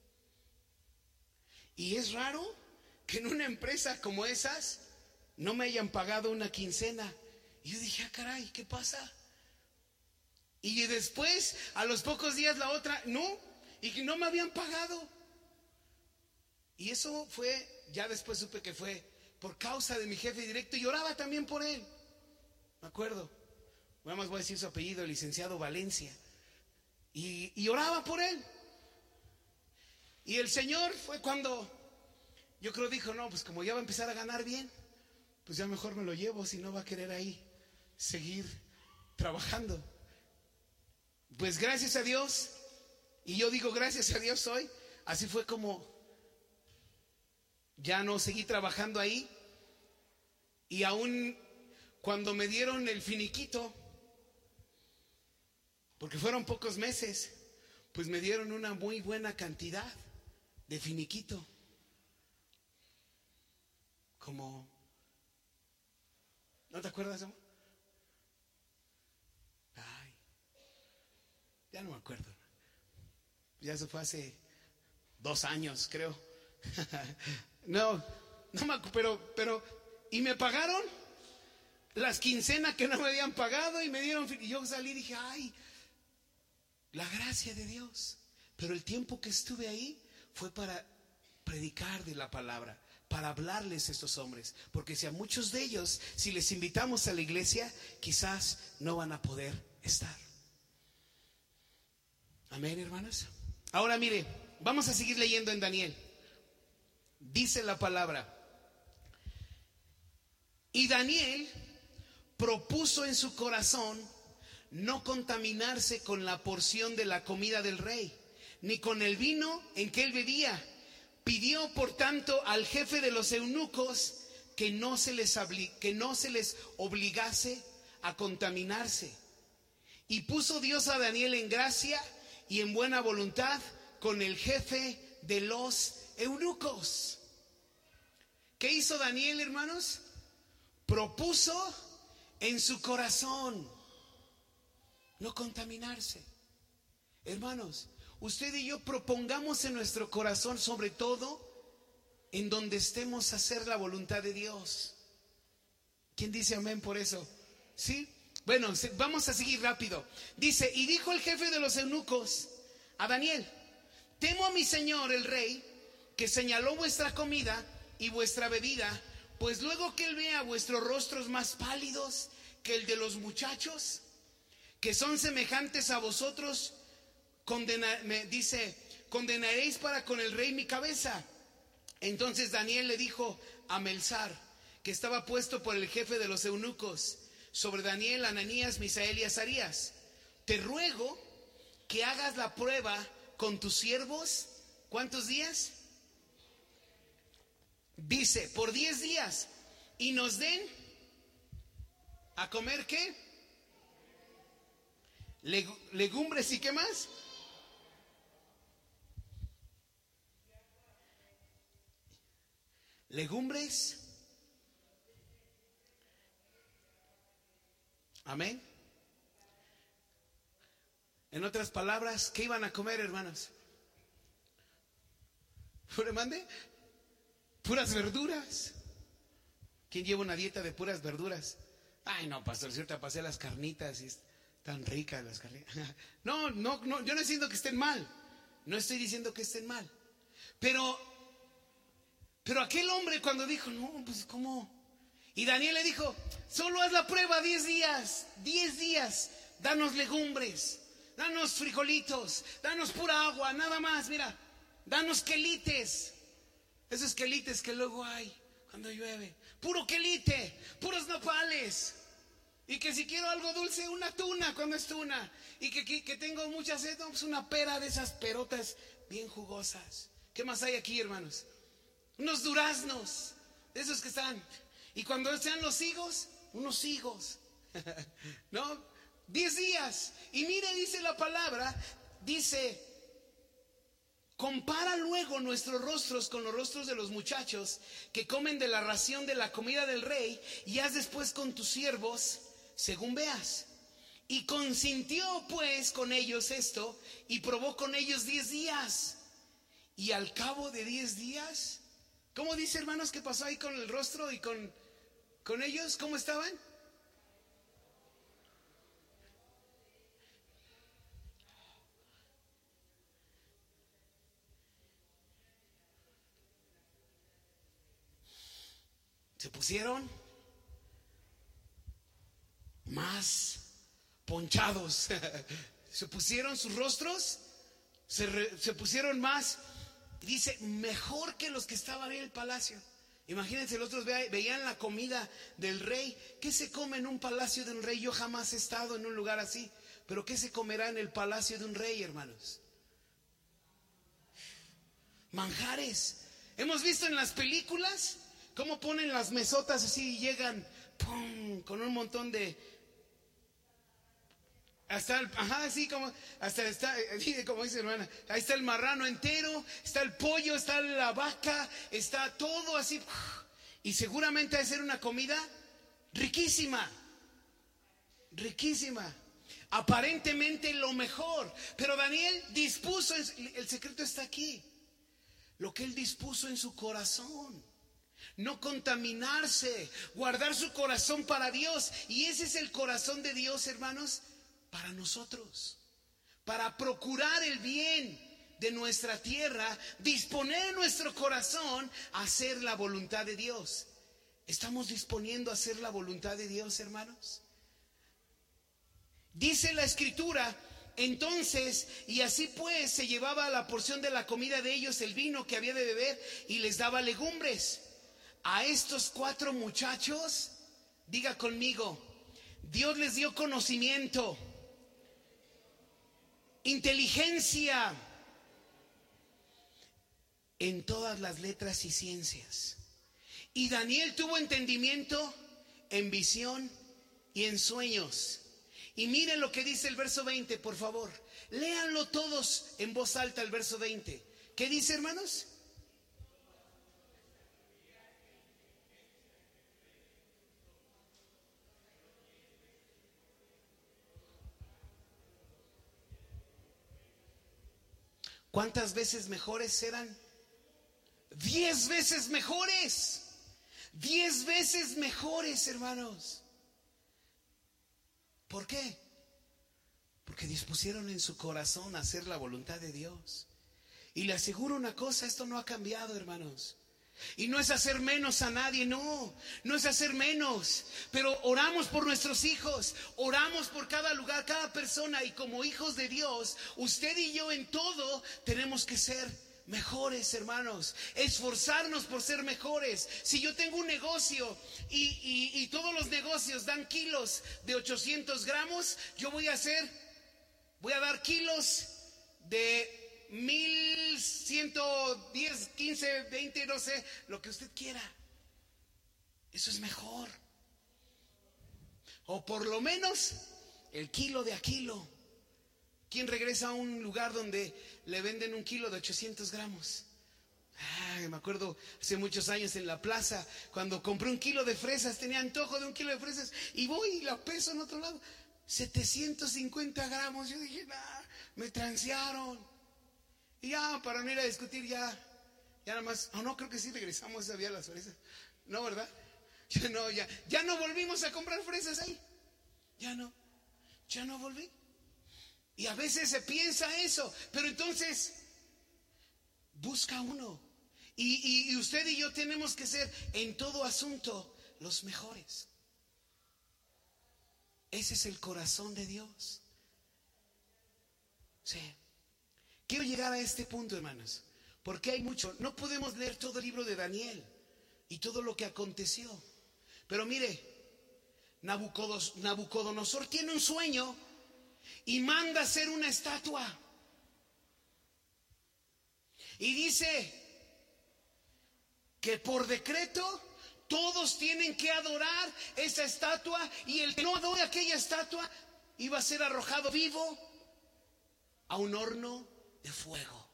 E: Y es raro que en una empresa como esas no me hayan pagado una quincena. Y yo dije, caray, ¿qué pasa? Y después, a los pocos días la otra, no, y que no me habían pagado. Y eso fue, ya después supe que fue por causa de mi jefe directo y oraba también por él. Me acuerdo, nada más voy a decir su apellido, el licenciado Valencia. Y oraba por él. Y el Señor fue cuando, yo creo dijo, no, pues como ya va a empezar a ganar bien, pues ya mejor me lo llevo, si no va a querer ahí seguir trabajando. Pues gracias a Dios, y yo digo gracias a Dios hoy, así fue como ya no seguí trabajando ahí. Y aún cuando me dieron el finiquito, porque fueron pocos meses, pues me dieron una muy buena cantidad de finiquito. Como, ¿no te acuerdas, amor? Ay, Ya no me acuerdo. Ya eso fue hace 2 años, creo. No me acuerdo, pero y me pagaron las quincenas que no me habían pagado y me dieron, y yo salí y dije, ay, la gracia de Dios. Pero el tiempo que estuve ahí fue para predicar de la palabra, para hablarles a estos hombres, porque si a muchos de ellos, si les invitamos a la iglesia, quizás no van a poder estar. Amén, hermanos. Ahora mire, vamos a seguir leyendo en Daniel. Dice la palabra: y Daniel propuso en su corazón no contaminarse con la porción de la comida del rey, ni con el vino en que él bebía. Pidió, por tanto, al jefe de los eunucos que no se les obligase a contaminarse. Y puso Dios a Daniel en gracia y en buena voluntad con el jefe de los eunucos. ¿Qué hizo Daniel, hermanos? Propuso en su corazón no contaminarse. Hermanos, usted y yo propongamos en nuestro corazón, sobre todo en donde estemos, hacer la voluntad de Dios. ¿Quién dice amén por eso? ¿Sí? Bueno, vamos a seguir rápido. Dice: y dijo el jefe de los eunucos a Daniel: temo a mi señor el rey, que señaló vuestra comida y vuestra bebida, pues luego que él vea vuestros rostros más pálidos que el de los muchachos, que son semejantes a vosotros, condenaréis para con el rey mi cabeza. Entonces Daniel le dijo a Melzar, que estaba puesto por el jefe de los eunucos sobre Daniel, Ananías, Misael y Azarías: te ruego que hagas la prueba con tus siervos. ¿Cuántos días? Dice, por 10 días, y nos den a comer, ¿qué? Legumbres y ¿qué más? Legumbres. Amén. En otras palabras, ¿qué iban a comer, hermanos? ¿Mande? Puras verduras. ¿Quién lleva una dieta de puras verduras? Ay, no, pastor, si ahorita pasé las carnitas y están ricas las carnitas. No, yo no estoy diciendo que estén mal. No estoy diciendo que estén mal. Pero aquel hombre cuando dijo, no, pues ¿cómo? Y Daniel le dijo, solo haz la prueba 10 días, 10 días, danos legumbres, danos frijolitos, danos pura agua, nada más, mira, danos quelites, esos quelites que luego hay cuando llueve, puro quelite, puros nopales, y que si quiero algo dulce, una tuna cuando es tuna, y que tengo mucha sed, no, pues una pera de esas perotas bien jugosas. ¿Qué más hay aquí, hermanos? Unos duraznos, de esos que están. Y cuando sean los higos, unos higos. ¿No? 10 días. Y mire, dice la palabra, dice, compara luego nuestros rostros con los rostros de los muchachos que comen de la ración de la comida del rey, y haz después con tus siervos según veas. Y consintió pues con ellos esto, y probó con ellos 10 días. Y al cabo de 10 días, ¿cómo dice, hermanos, qué pasó ahí con el rostro y con ellos? ¿Cómo estaban? Se pusieron más ponchados. Se pusieron sus rostros, se pusieron más, dice, mejor que los que estaban en el palacio. Imagínense, los otros veían la comida del rey. ¿Qué se come en un palacio de un rey? Yo jamás he estado en un lugar así, pero ¿qué se comerá en el palacio de un rey, hermanos? Manjares. Hemos visto en las películas cómo ponen las mesotas así y llegan, ¡pum!, con un montón de... Hasta el, así como, hasta está, como dice hermana, ahí está el marrano entero, está el pollo, está la vaca, está todo así, y seguramente va a ser una comida riquísima, riquísima.
B: aparentemente lo mejor. Pero Daniel dispuso, el secreto está aquí, lo que él dispuso en su corazón. No contaminarse, guardar su corazón para Dios. Y ese es el corazón de Dios, hermanos, para nosotros. Para procurar el bien de nuestra tierra, disponer nuestro corazón a hacer la voluntad de Dios. ¿Estamos disponiendo a hacer la voluntad de Dios, hermanos? Dice la Escritura, entonces, y así pues se llevaba la porción de la comida de ellos, el vino que había de beber, y les daba legumbres. A estos 4 muchachos, diga conmigo, Dios les dio conocimiento, inteligencia en todas las letras y ciencias. Y Daniel tuvo entendimiento en visión y en sueños. Y miren lo que dice el verso 20, por favor. Léanlo todos en voz alta, el verso 20. ¿Qué dice, hermanos? ¿Cuántas veces mejores eran? 10 veces mejores. 10 veces mejores, hermanos. ¿Por qué? Porque dispusieron en su corazón a hacer la voluntad de Dios. Y le aseguro una cosa, esto no ha cambiado, hermanos. Y no es hacer menos a nadie, no es hacer menos, pero oramos por nuestros hijos, oramos por cada lugar, cada persona, y como hijos de Dios, usted y yo en todo tenemos que ser mejores, hermanos, esforzarnos por ser mejores. Si yo tengo un negocio y todos los negocios dan kilos de 800 gramos, yo voy a dar kilos de 1110, 15, 20, no sé, lo que usted quiera. Eso es mejor. O por lo menos el kilo de a kilo. ¿Quién regresa a un lugar donde le venden un kilo de 800 gramos? Me acuerdo hace muchos años en la plaza, cuando compré un kilo de fresas, tenía antojo de un kilo de fresas, y voy y la peso en otro lado, 750 gramos. Yo dije, me transearon. Y ya, para no ir a discutir, ya nada más. No, creo que sí regresamos esa vía a las fresas. No, ¿verdad? Ya no volvimos a comprar fresas ahí. Ya no volví. Y a veces se piensa eso, pero entonces busca uno. Y usted y yo tenemos que ser en todo asunto los mejores. Ese es el corazón de Dios. Sí. Quiero llegar a este punto, hermanos, porque hay mucho. No podemos leer todo el libro de Daniel y todo lo que aconteció. Pero mire, Nabucodonosor tiene un sueño y manda hacer una estatua. Y dice que por decreto todos tienen que adorar esa estatua, y el que no adore aquella estatua iba a ser arrojado vivo a un horno de fuego.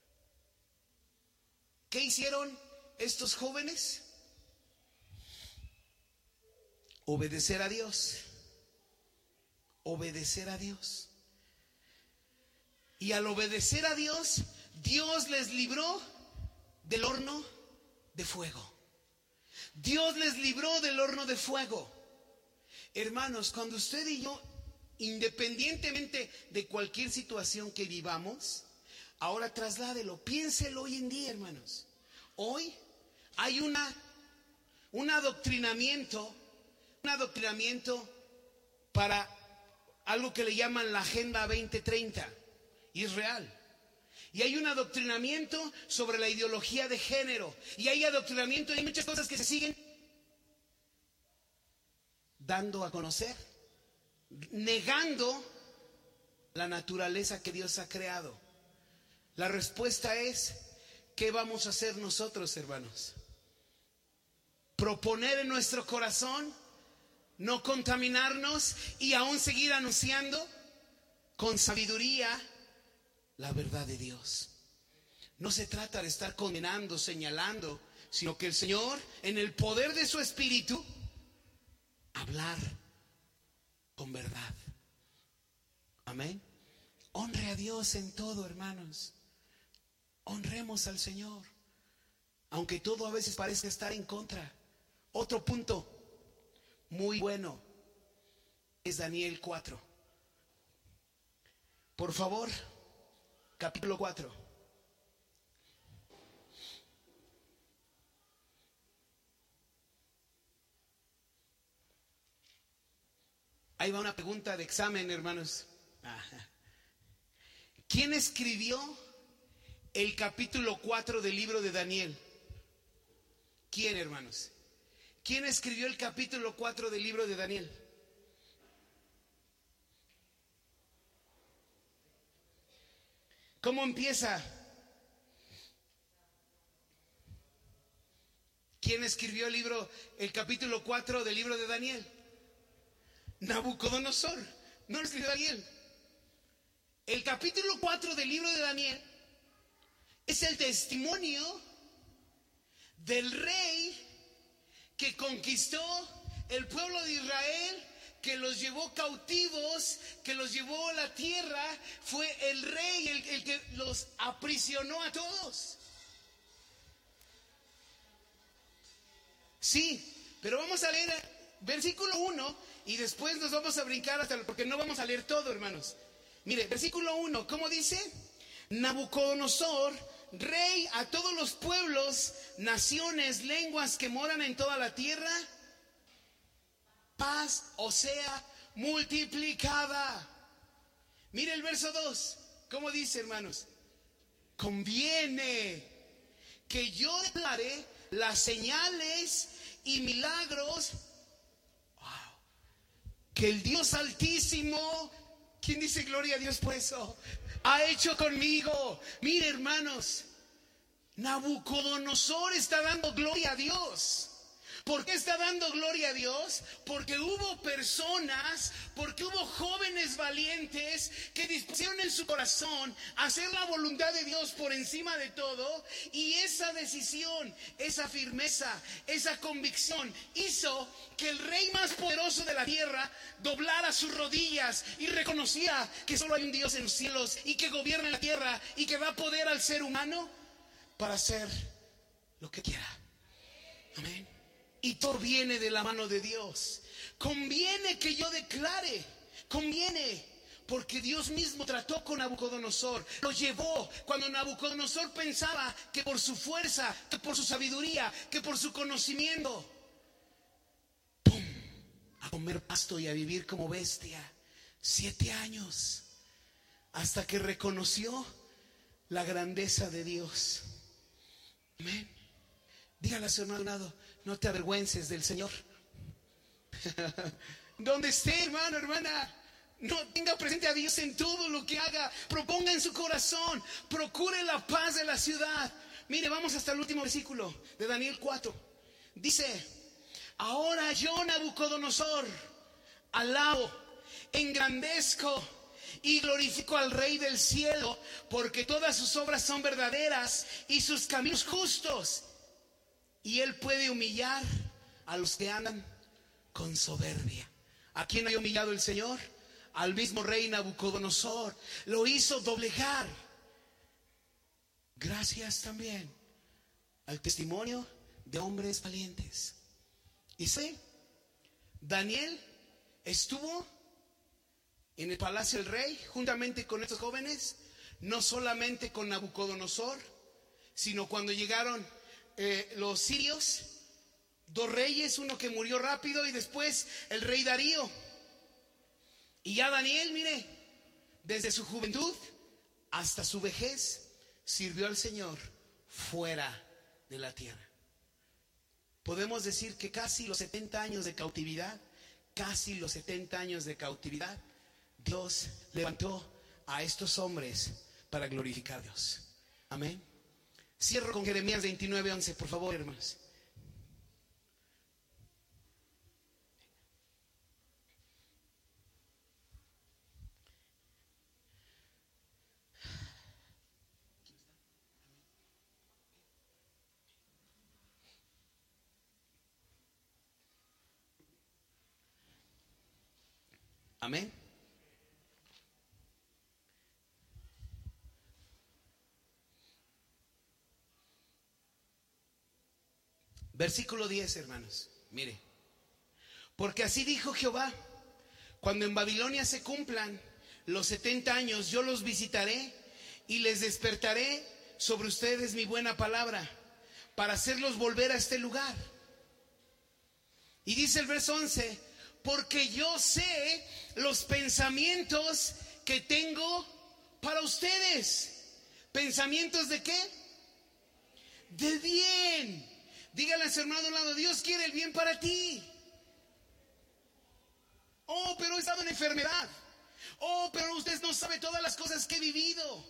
B: ¿Qué hicieron estos jóvenes? Obedecer a Dios. Obedecer a Dios. Y al obedecer a Dios, Dios les libró del horno de fuego. Dios les libró del horno de fuego. Hermanos, cuando usted y yo, independientemente de cualquier situación que vivamos, ahora trasládelo, piénselo hoy en día, hermanos. Hoy hay un adoctrinamiento para algo que le llaman la Agenda 2030, y es real. Y hay un adoctrinamiento sobre la ideología de género, y hay adoctrinamiento y hay muchas cosas que se siguen dando a conocer, negando la naturaleza que Dios ha creado. La respuesta es, ¿qué vamos a hacer nosotros, hermanos? Proponer en nuestro corazón no contaminarnos y aún seguir anunciando con sabiduría la verdad de Dios. No se trata de estar condenando, señalando, sino que el Señor, en el poder de su Espíritu, hablar con verdad. Amén. Honre a Dios en todo, hermanos. Honremos al Señor, aunque todo a veces parezca estar en contra. Otro punto muy bueno es Daniel 4. Por favor, capítulo 4. Ahí va una pregunta de examen, hermanos. ¿Quién escribió el capítulo 4 del libro de Daniel? ¿Quién, hermanos? ¿Quién escribió el capítulo 4 del libro de Daniel? ¿Cómo empieza? ¿Quién escribió el capítulo 4 del libro de Daniel? Nabucodonosor. No lo escribió Daniel. El capítulo 4 del libro de Daniel es el testimonio del rey que conquistó el pueblo de Israel, que los llevó cautivos, que los llevó a la tierra. Fue el rey el que los aprisionó a todos. Sí, pero vamos a leer versículo 1 y después nos vamos a brincar porque no vamos a leer todo, hermanos. Mire, versículo 1, ¿cómo dice? Nabucodonosor, rey a todos los pueblos, naciones, lenguas que moran en toda la tierra, paz, o sea, multiplicada. Mire el verso 2, ¿cómo dice, hermanos? Conviene que yo declare las señales y milagros que el Dios Altísimo, ¿quién dice gloria a Dios por eso?, ha hecho conmigo. Mire, hermanos, Nabucodonosor está dando gloria a Dios. ¿Por qué está dando gloria a Dios? Porque hubo personas, porque hubo jóvenes valientes que dispusieron en su corazón hacer la voluntad de Dios por encima de todo, y esa decisión, esa firmeza, esa convicción hizo que el rey más poderoso de la tierra doblara sus rodillas y reconociera que solo hay un Dios en los cielos y que gobierna la tierra y que da poder al ser humano para hacer lo que quiera. Amén. Y todo viene de la mano de Dios. Conviene que yo declare, conviene, porque Dios mismo trató con Nabucodonosor, lo llevó cuando Nabucodonosor pensaba que por su fuerza, que por su sabiduría, que por su conocimiento, ¡pum!, a comer pasto y a vivir como bestia. 7 años, hasta que reconoció la grandeza de Dios. Amén. Dígale a su hermano: no te avergüences del Señor. Donde esté, hermano, hermana, no tenga presente a Dios en todo lo que haga. Proponga en su corazón, procure la paz de la ciudad. Mire, vamos hasta el último versículo de Daniel 4. Dice: ahora yo, Nabucodonosor, alabo, engrandezco y glorifico al Rey del cielo, porque todas sus obras son verdaderas y sus caminos justos. Y él puede humillar a los que andan con soberbia. ¿A quién ha humillado el Señor? Al mismo rey Nabucodonosor. Lo hizo doblegar. Gracias también al testimonio de hombres valientes. Y sí, Daniel estuvo en el palacio del rey juntamente con estos jóvenes, no solamente con Nabucodonosor, sino cuando llegaron los sirios, 2 reyes, uno que murió rápido y después el rey Darío. Y ya Daniel, mire, desde su juventud hasta su vejez sirvió al Señor fuera de la tierra. Podemos decir que casi los 70 años de cautividad, Dios levantó a estos hombres para glorificar a Dios. Amén. Cierro con Jeremías 29:11, por favor, hermanos. Amén. Versículo 10, hermanos. Mire. Porque así dijo Jehová: cuando en Babilonia se cumplan los 70 años, yo los visitaré y les despertaré sobre ustedes mi buena palabra, para hacerlos volver a este lugar. Y dice el verso 11: porque yo sé los pensamientos que tengo para ustedes. ¿Pensamientos de qué? De bien. Dígale a su hermano a un lado: Dios quiere el bien para ti. Oh, pero he estado en enfermedad. Oh, pero usted no sabe todas las cosas que he vivido.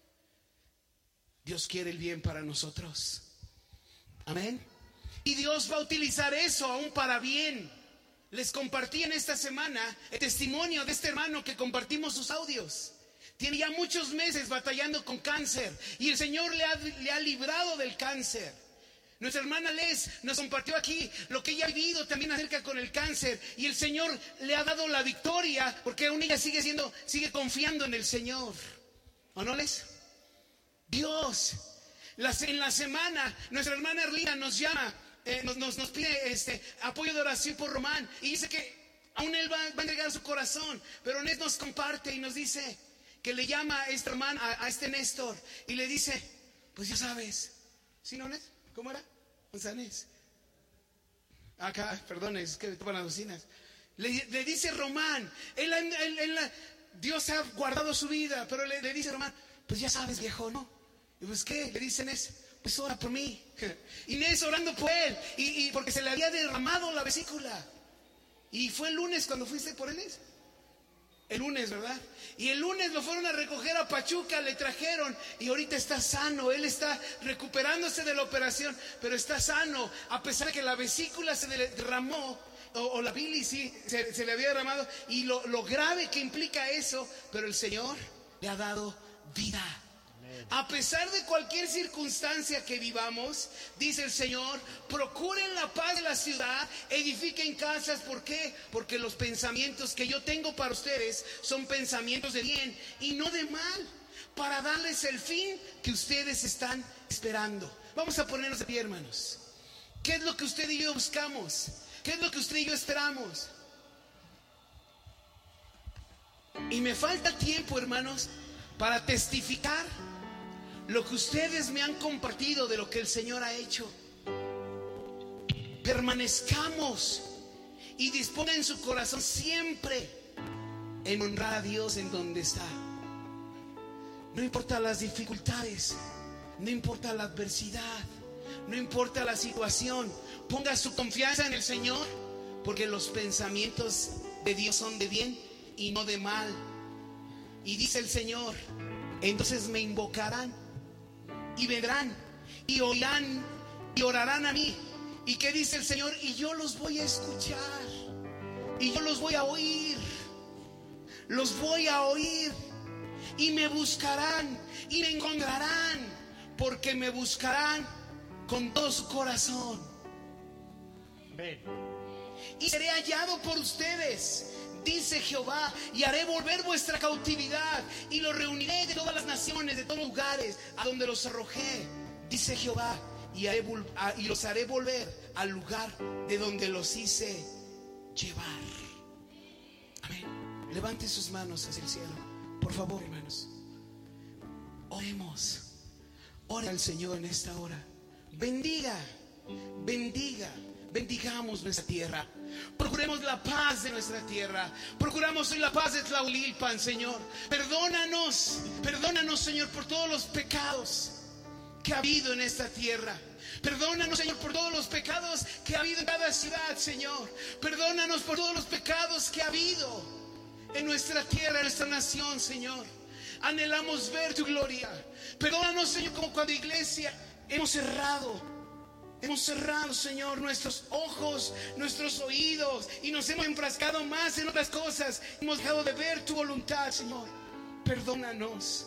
B: Dios quiere el bien para nosotros. Amén. Y Dios va a utilizar eso aún para bien. Les compartí en esta semana el testimonio de este hermano que compartimos sus audios. Tiene ya muchos meses batallando con cáncer y el Señor le ha librado del cáncer. Nuestra hermana Les nos compartió aquí lo que ella ha vivido también acerca con el cáncer, y el Señor le ha dado la victoria, porque aún ella sigue confiando en el Señor. ¿O no, Les? Dios, en la semana nuestra hermana Erlina nos llama, nos pide apoyo de oración por Román, y dice que aún él va a entregar su corazón, pero Les nos comparte y nos dice que le llama a esta hermana, a este Néstor, y le dice: pues ya sabes, ¿sí, no, Néstor? ¿Cómo era? González. Acá, perdón, es que toman las bocinas. Le dice Román, Dios ha guardado su vida, pero le dice Román: pues ya sabes, viejo, ¿no? Y pues, ¿qué? Le dice Inés: pues ora por mí. Inés orando por él, y porque se le había derramado la vesícula. Y fue el lunes cuando fuiste por él. El lunes, ¿verdad? Y el lunes lo fueron a recoger a Pachuca, le trajeron, y ahorita está sano. Él está recuperándose de la operación, pero está sano, a pesar de que la vesícula se le derramó, o la bilis, sí, se le había derramado, y lo grave que implica eso, pero el Señor le ha dado vida. A pesar de cualquier circunstancia que vivamos, dice el Señor: procuren la paz de la ciudad, edifiquen casas. ¿Por qué? Porque los pensamientos que yo tengo para ustedes son pensamientos de bien y no de mal, para darles el fin que ustedes están esperando. Vamos a ponernos de pie, hermanos. ¿Qué es lo que usted y yo buscamos? ¿Qué es lo que usted y yo esperamos? Y me falta tiempo, hermanos, para testificar lo que ustedes me han compartido de lo que el Señor ha hecho. Permanezcamos y disponga en su corazón siempre en honrar a Dios en donde está. No importa las dificultades, no importa la adversidad, no importa la situación, ponga su confianza en el Señor, porque los pensamientos de Dios son de bien y no de mal. Y dice el Señor: entonces me invocarán y vendrán y oirán y orarán a mí. ¿Y qué dice el Señor? Y yo los voy a escuchar, y yo los voy a oír. Los voy a oír, y me buscarán y me encontrarán, porque me buscarán con todo su corazón. Ven. Y seré hallado por ustedes, dice Jehová, y haré volver vuestra cautividad, y los reuniré de todas las naciones, de todos los lugares a donde los arrojé, dice Jehová, y los haré volver al lugar de donde los hice llevar. Amén. Levante sus manos hacia el cielo, por favor, hermanos. Oremos. Ora al Señor en esta hora. Bendigamos nuestra tierra. Procuremos la paz de nuestra tierra. Procuramos hoy la paz de Tlahuililpan, Señor. Perdónanos, Señor, por todos los pecados que ha habido en esta tierra. Perdónanos, Señor, por todos los pecados que ha habido en cada ciudad, Señor. Perdónanos por todos los pecados que ha habido en nuestra tierra, en nuestra nación, Señor. Anhelamos ver tu gloria. Perdónanos, Señor, como cuando iglesia hemos cerrado, Señor, nuestros ojos, nuestros oídos, y nos hemos enfrascado más en otras cosas. Hemos dejado de ver tu voluntad, Señor. Perdónanos.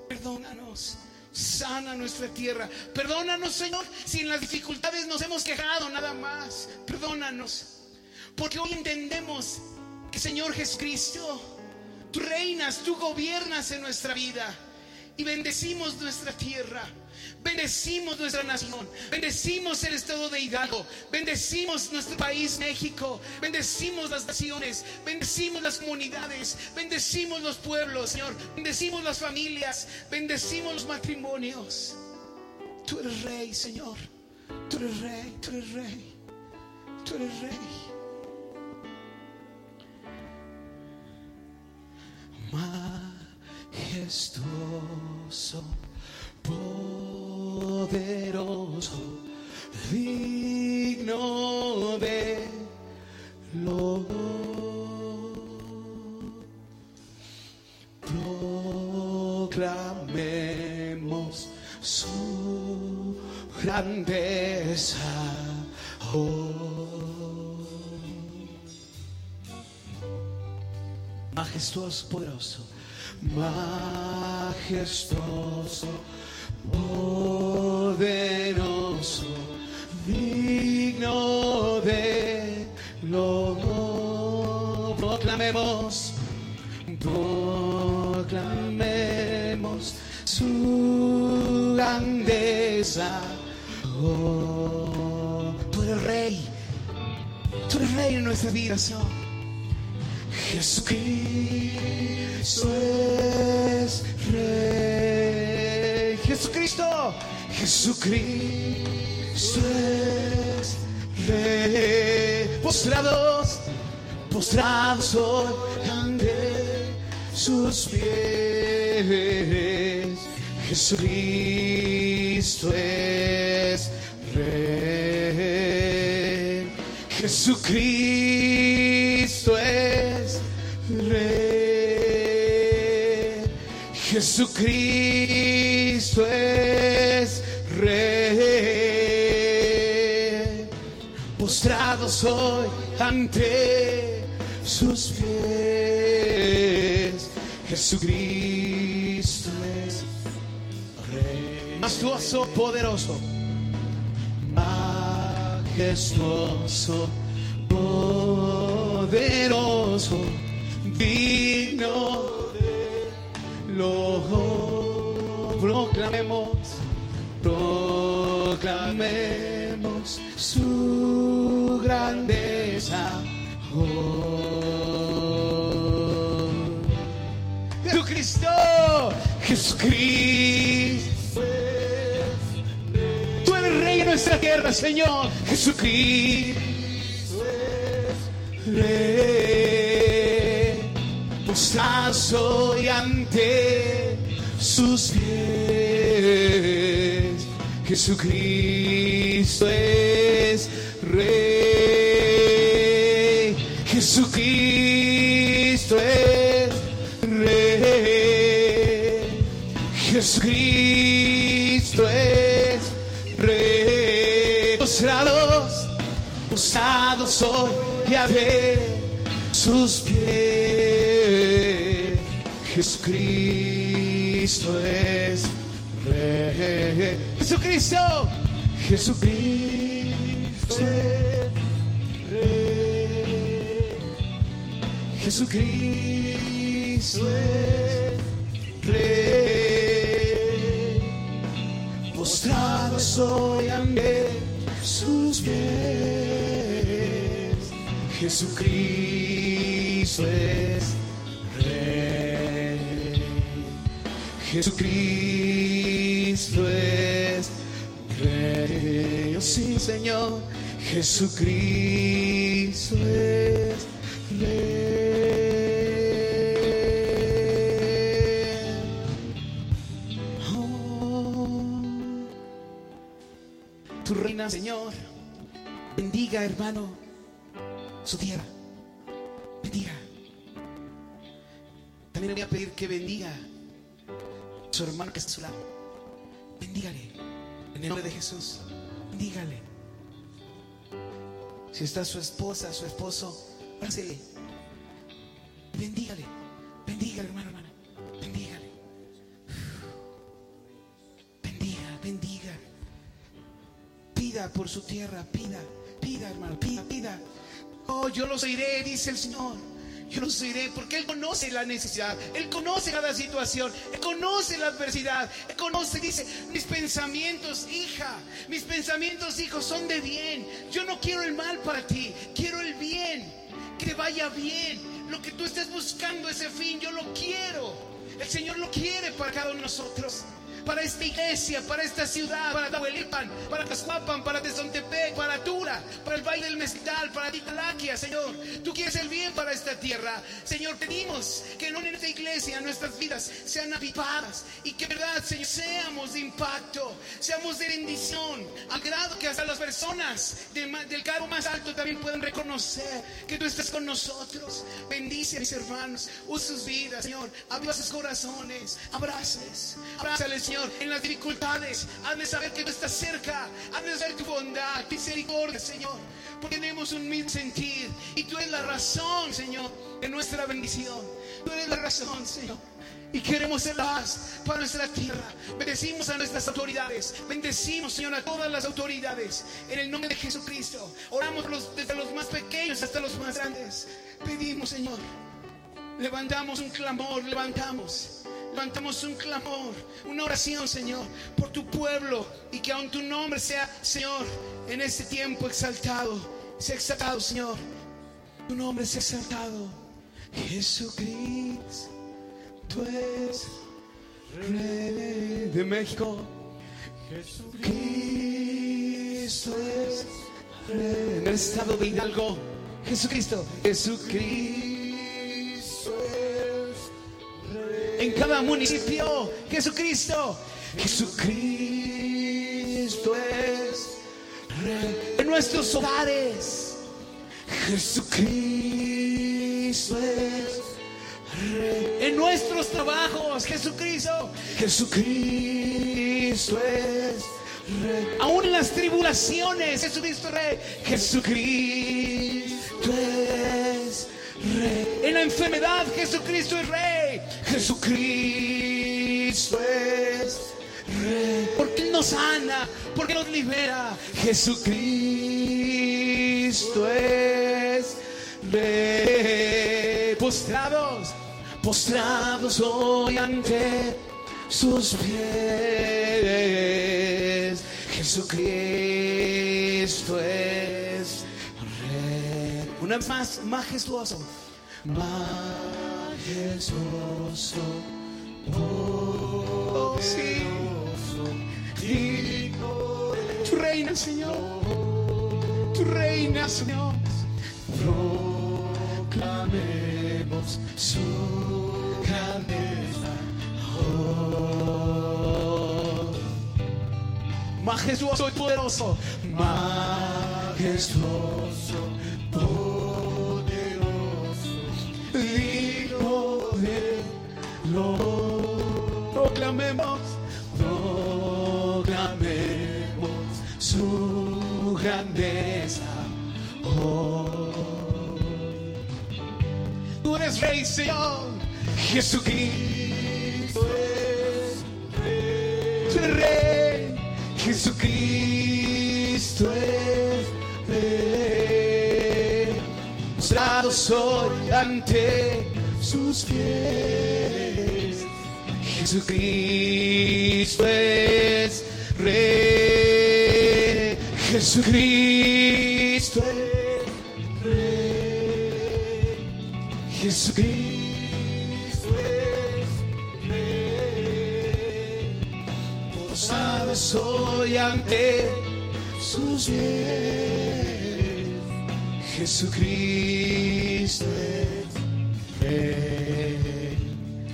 B: Sana nuestra tierra. Perdónanos, Señor, si en las dificultades nos hemos quejado nada más. Perdónanos, porque hoy entendemos que, Señor Jesucristo, tú reinas, tú gobiernas en nuestra vida.
E: y bendecimos nuestra tierra. Bendecimos nuestra nación, bendecimos el estado de Hidalgo, bendecimos nuestro país México, bendecimos las naciones, bendecimos las comunidades, bendecimos los pueblos, Señor, bendecimos las familias, bendecimos los matrimonios. Tú eres rey, Señor, tú eres rey, tú eres rey, tú eres rey. Majestuoso, poderoso, digno de loor. Proclamemos su grandeza. Majestuoso, poderoso, majestuoso, poderoso, digno de loor. Proclamemos, proclamemos su grandeza. Oh, tú eres rey en nuestra vida, Señor. Jesucristo es rey. Jesucristo, Jesucristo es rey. Postrados hoy ante sus pies. Jesucristo es rey. Jesucristo es rey. Jesucristo es rey. Postrados hoy ante sus pies. Jesucristo es rey. Majestuoso, poderoso, majestuoso, poderoso, digno de loor. Proclamemos su grandeza. Oh, Jesucristo, Jesucristo, tú eres rey en nuestra tierra, Señor. Jesucristo es rey. Postrados hoy ante sus pies. Jesucristo es rey. Jesucristo es rey. Jesucristo es rey. Postrados hoy y a ver sus pies. Jesucristo es rey. Jesucristo, Jesucristo es rey. Jesucristo es rey. Postrados hoy ante sus pies. Jesucristo es rey. Jesucristo es rey. Oh, sí, Señor. Jesucristo es rey. Oh, tu reina, Señor. Bendiga, hermano, su tierra. Bendiga. También le voy a pedir que bendiga a su hermano que está a su lado. Bendígale en el nombre de Jesús. Bendígale. Si está su esposa, su esposo, hágale. Bendígale. Bendígale, hermano, hermana. Bendígale. Bendiga, bendiga. Pida por su tierra, pida, hermano, pida. Oh, yo los oiré, dice el Señor.
B: yo no seré, porque Él conoce la necesidad, Él conoce cada situación, Él conoce la adversidad, Él conoce, dice, mis pensamientos, hija, mis pensamientos, hijos, son de bien. Yo no quiero el mal para ti, quiero el bien, que te vaya bien. Lo que tú estés buscando, ese fin, yo lo quiero. El Señor lo quiere para cada uno de nosotros. Para esta iglesia, para esta ciudad, para Tlahuelipan, para Tashuapan, para Tezontepec, para Tura, para el Valle del Mezquital, para Titalaquia, Señor. Tú quieres el bien para esta tierra. Señor, pedimos que en esta iglesia nuestras vidas sean avivadas y que, verdad, Señor, seamos de impacto, seamos de bendición, al grado que hasta las personas del cargo más alto también puedan reconocer que tú estás con nosotros. Bendice a mis hermanos, usa sus vidas, Señor, aviva sus corazones, abrázales, Señor, en las dificultades, hazme saber que tú estás cerca, hazme saber tu bondad, tu misericordia, Señor, porque tenemos un mismo sentir y tú eres la razón, Señor, de nuestra bendición. Tú eres la razón, Señor, y queremos ser paz para nuestra tierra. Bendecimos a nuestras autoridades, bendecimos, Señor, a todas las autoridades en el nombre de Jesucristo. Oramos desde los más pequeños hasta los más grandes. Pedimos, Señor, levantamos un clamor, levantamos un clamor, una oración, Señor, por tu pueblo, y que aún tu nombre sea, Señor, en este tiempo exaltado. Sea exaltado, Señor, tu nombre sea exaltado. Jesucristo, tú eres Rey de México. Jesucristo es Rey en el estado de Hidalgo. Jesucristo es en cada municipio. Jesucristo es Rey en nuestros hogares. Jesucristo es Rey en nuestros trabajos. Jesucristo es Rey aún en las tribulaciones. Jesucristo es Rey. Jesucristo es Rey en la enfermedad. Jesucristo es Rey. Jesucristo es Rey porque Él nos sana, porque nos libera. Jesucristo es Rey. Postrados hoy ante sus pies. Jesucristo es Rey. Una vez más, majestuoso, majestuoso, oh, sí. Tu reina, Señor, tu reina, Señor. Proclamemos su grandeza. Oh. Majestuoso y poderoso, majestuoso, poderoso, digno de lo proclamemos su grandeza. Oh. Tú eres Rey, Señor. Jesucristo es Rey. Tú eres Rey. Jesucristo es Rey. Postrado soy ante sus pies. Jesucristo es Rey. Jesucristo es Rey. Jesucristo es Rey. Posado soy ante sus pies. Jesucristo es Rey.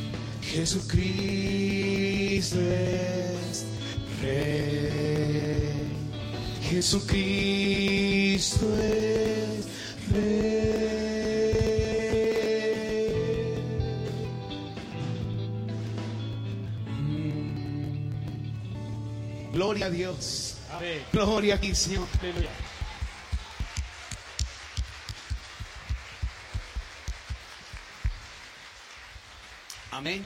B: Jesucristo es Rey. Jesucristo es Rey. Gloria a Dios. Amén. Gloria a ti, Señor. Aleluya. Amén.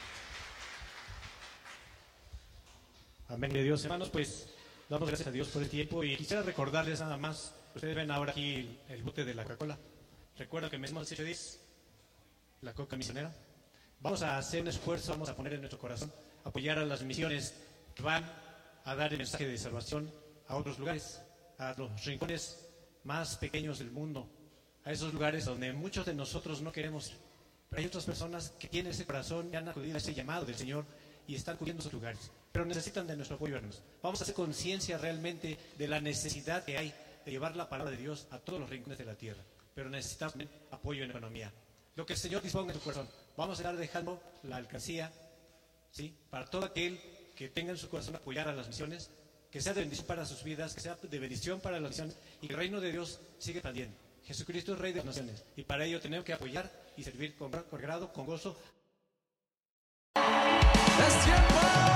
H: Amén de Dios, hermanos, pues damos gracias a Dios por el tiempo y quisiera recordarles nada más. Ustedes ven ahora aquí el bote de la Coca-Cola. Recuerda que me el 810 la Coca Misionera. Vamos a hacer un esfuerzo, vamos a poner en nuestro corazón, apoyar a las misiones que van a dar el mensaje de salvación a otros lugares, a los rincones más pequeños del mundo, a esos lugares donde muchos de nosotros no queremos ir. Pero hay otras personas que tienen ese corazón y han acudido a ese llamado del Señor y están cubriendo esos lugares, pero necesitan de nuestro apoyo, hermanos. Vamos a hacer conciencia realmente de la necesidad que hay de llevar la palabra de Dios a todos los rincones de la tierra, pero necesitamos apoyo en economía. Lo que el Señor disponga en tu corazón. Vamos a estar dejando la alcancía, ¿sí?, para todo aquel que tenga en su corazón apoyar a las misiones, que sea de bendición para sus vidas, que sea de bendición para las misiones y que el reino de Dios sigue expandiendo. Jesucristo es Rey de las naciones y para ello tenemos que apoyar y servir con grado, con gozo.
D: ¡Es tiempo!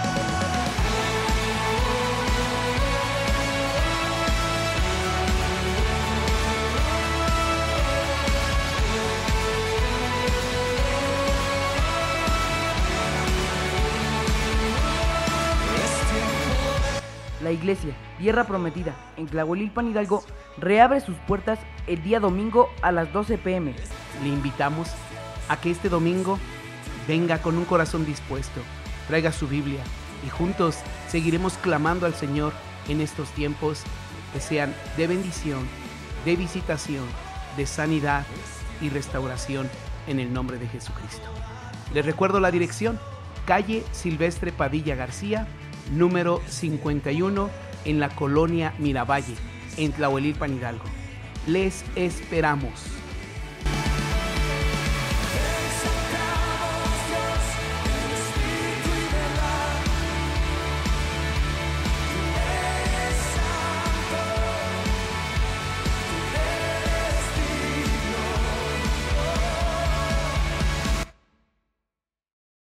I: La iglesia Tierra Prometida en Tlahuelilpan, Hidalgo, reabre sus puertas el día domingo a las 12 p.m.
J: Le invitamos a que este domingo venga con un corazón dispuesto, traiga su Biblia y juntos seguiremos clamando al Señor en estos tiempos que sean de bendición, de visitación, de sanidad y restauración en el nombre de Jesucristo. Les recuerdo la dirección: calle Silvestre Padilla García, número 51, en la colonia Miravalle, en Tlahuelilpan, Hidalgo. Les esperamos.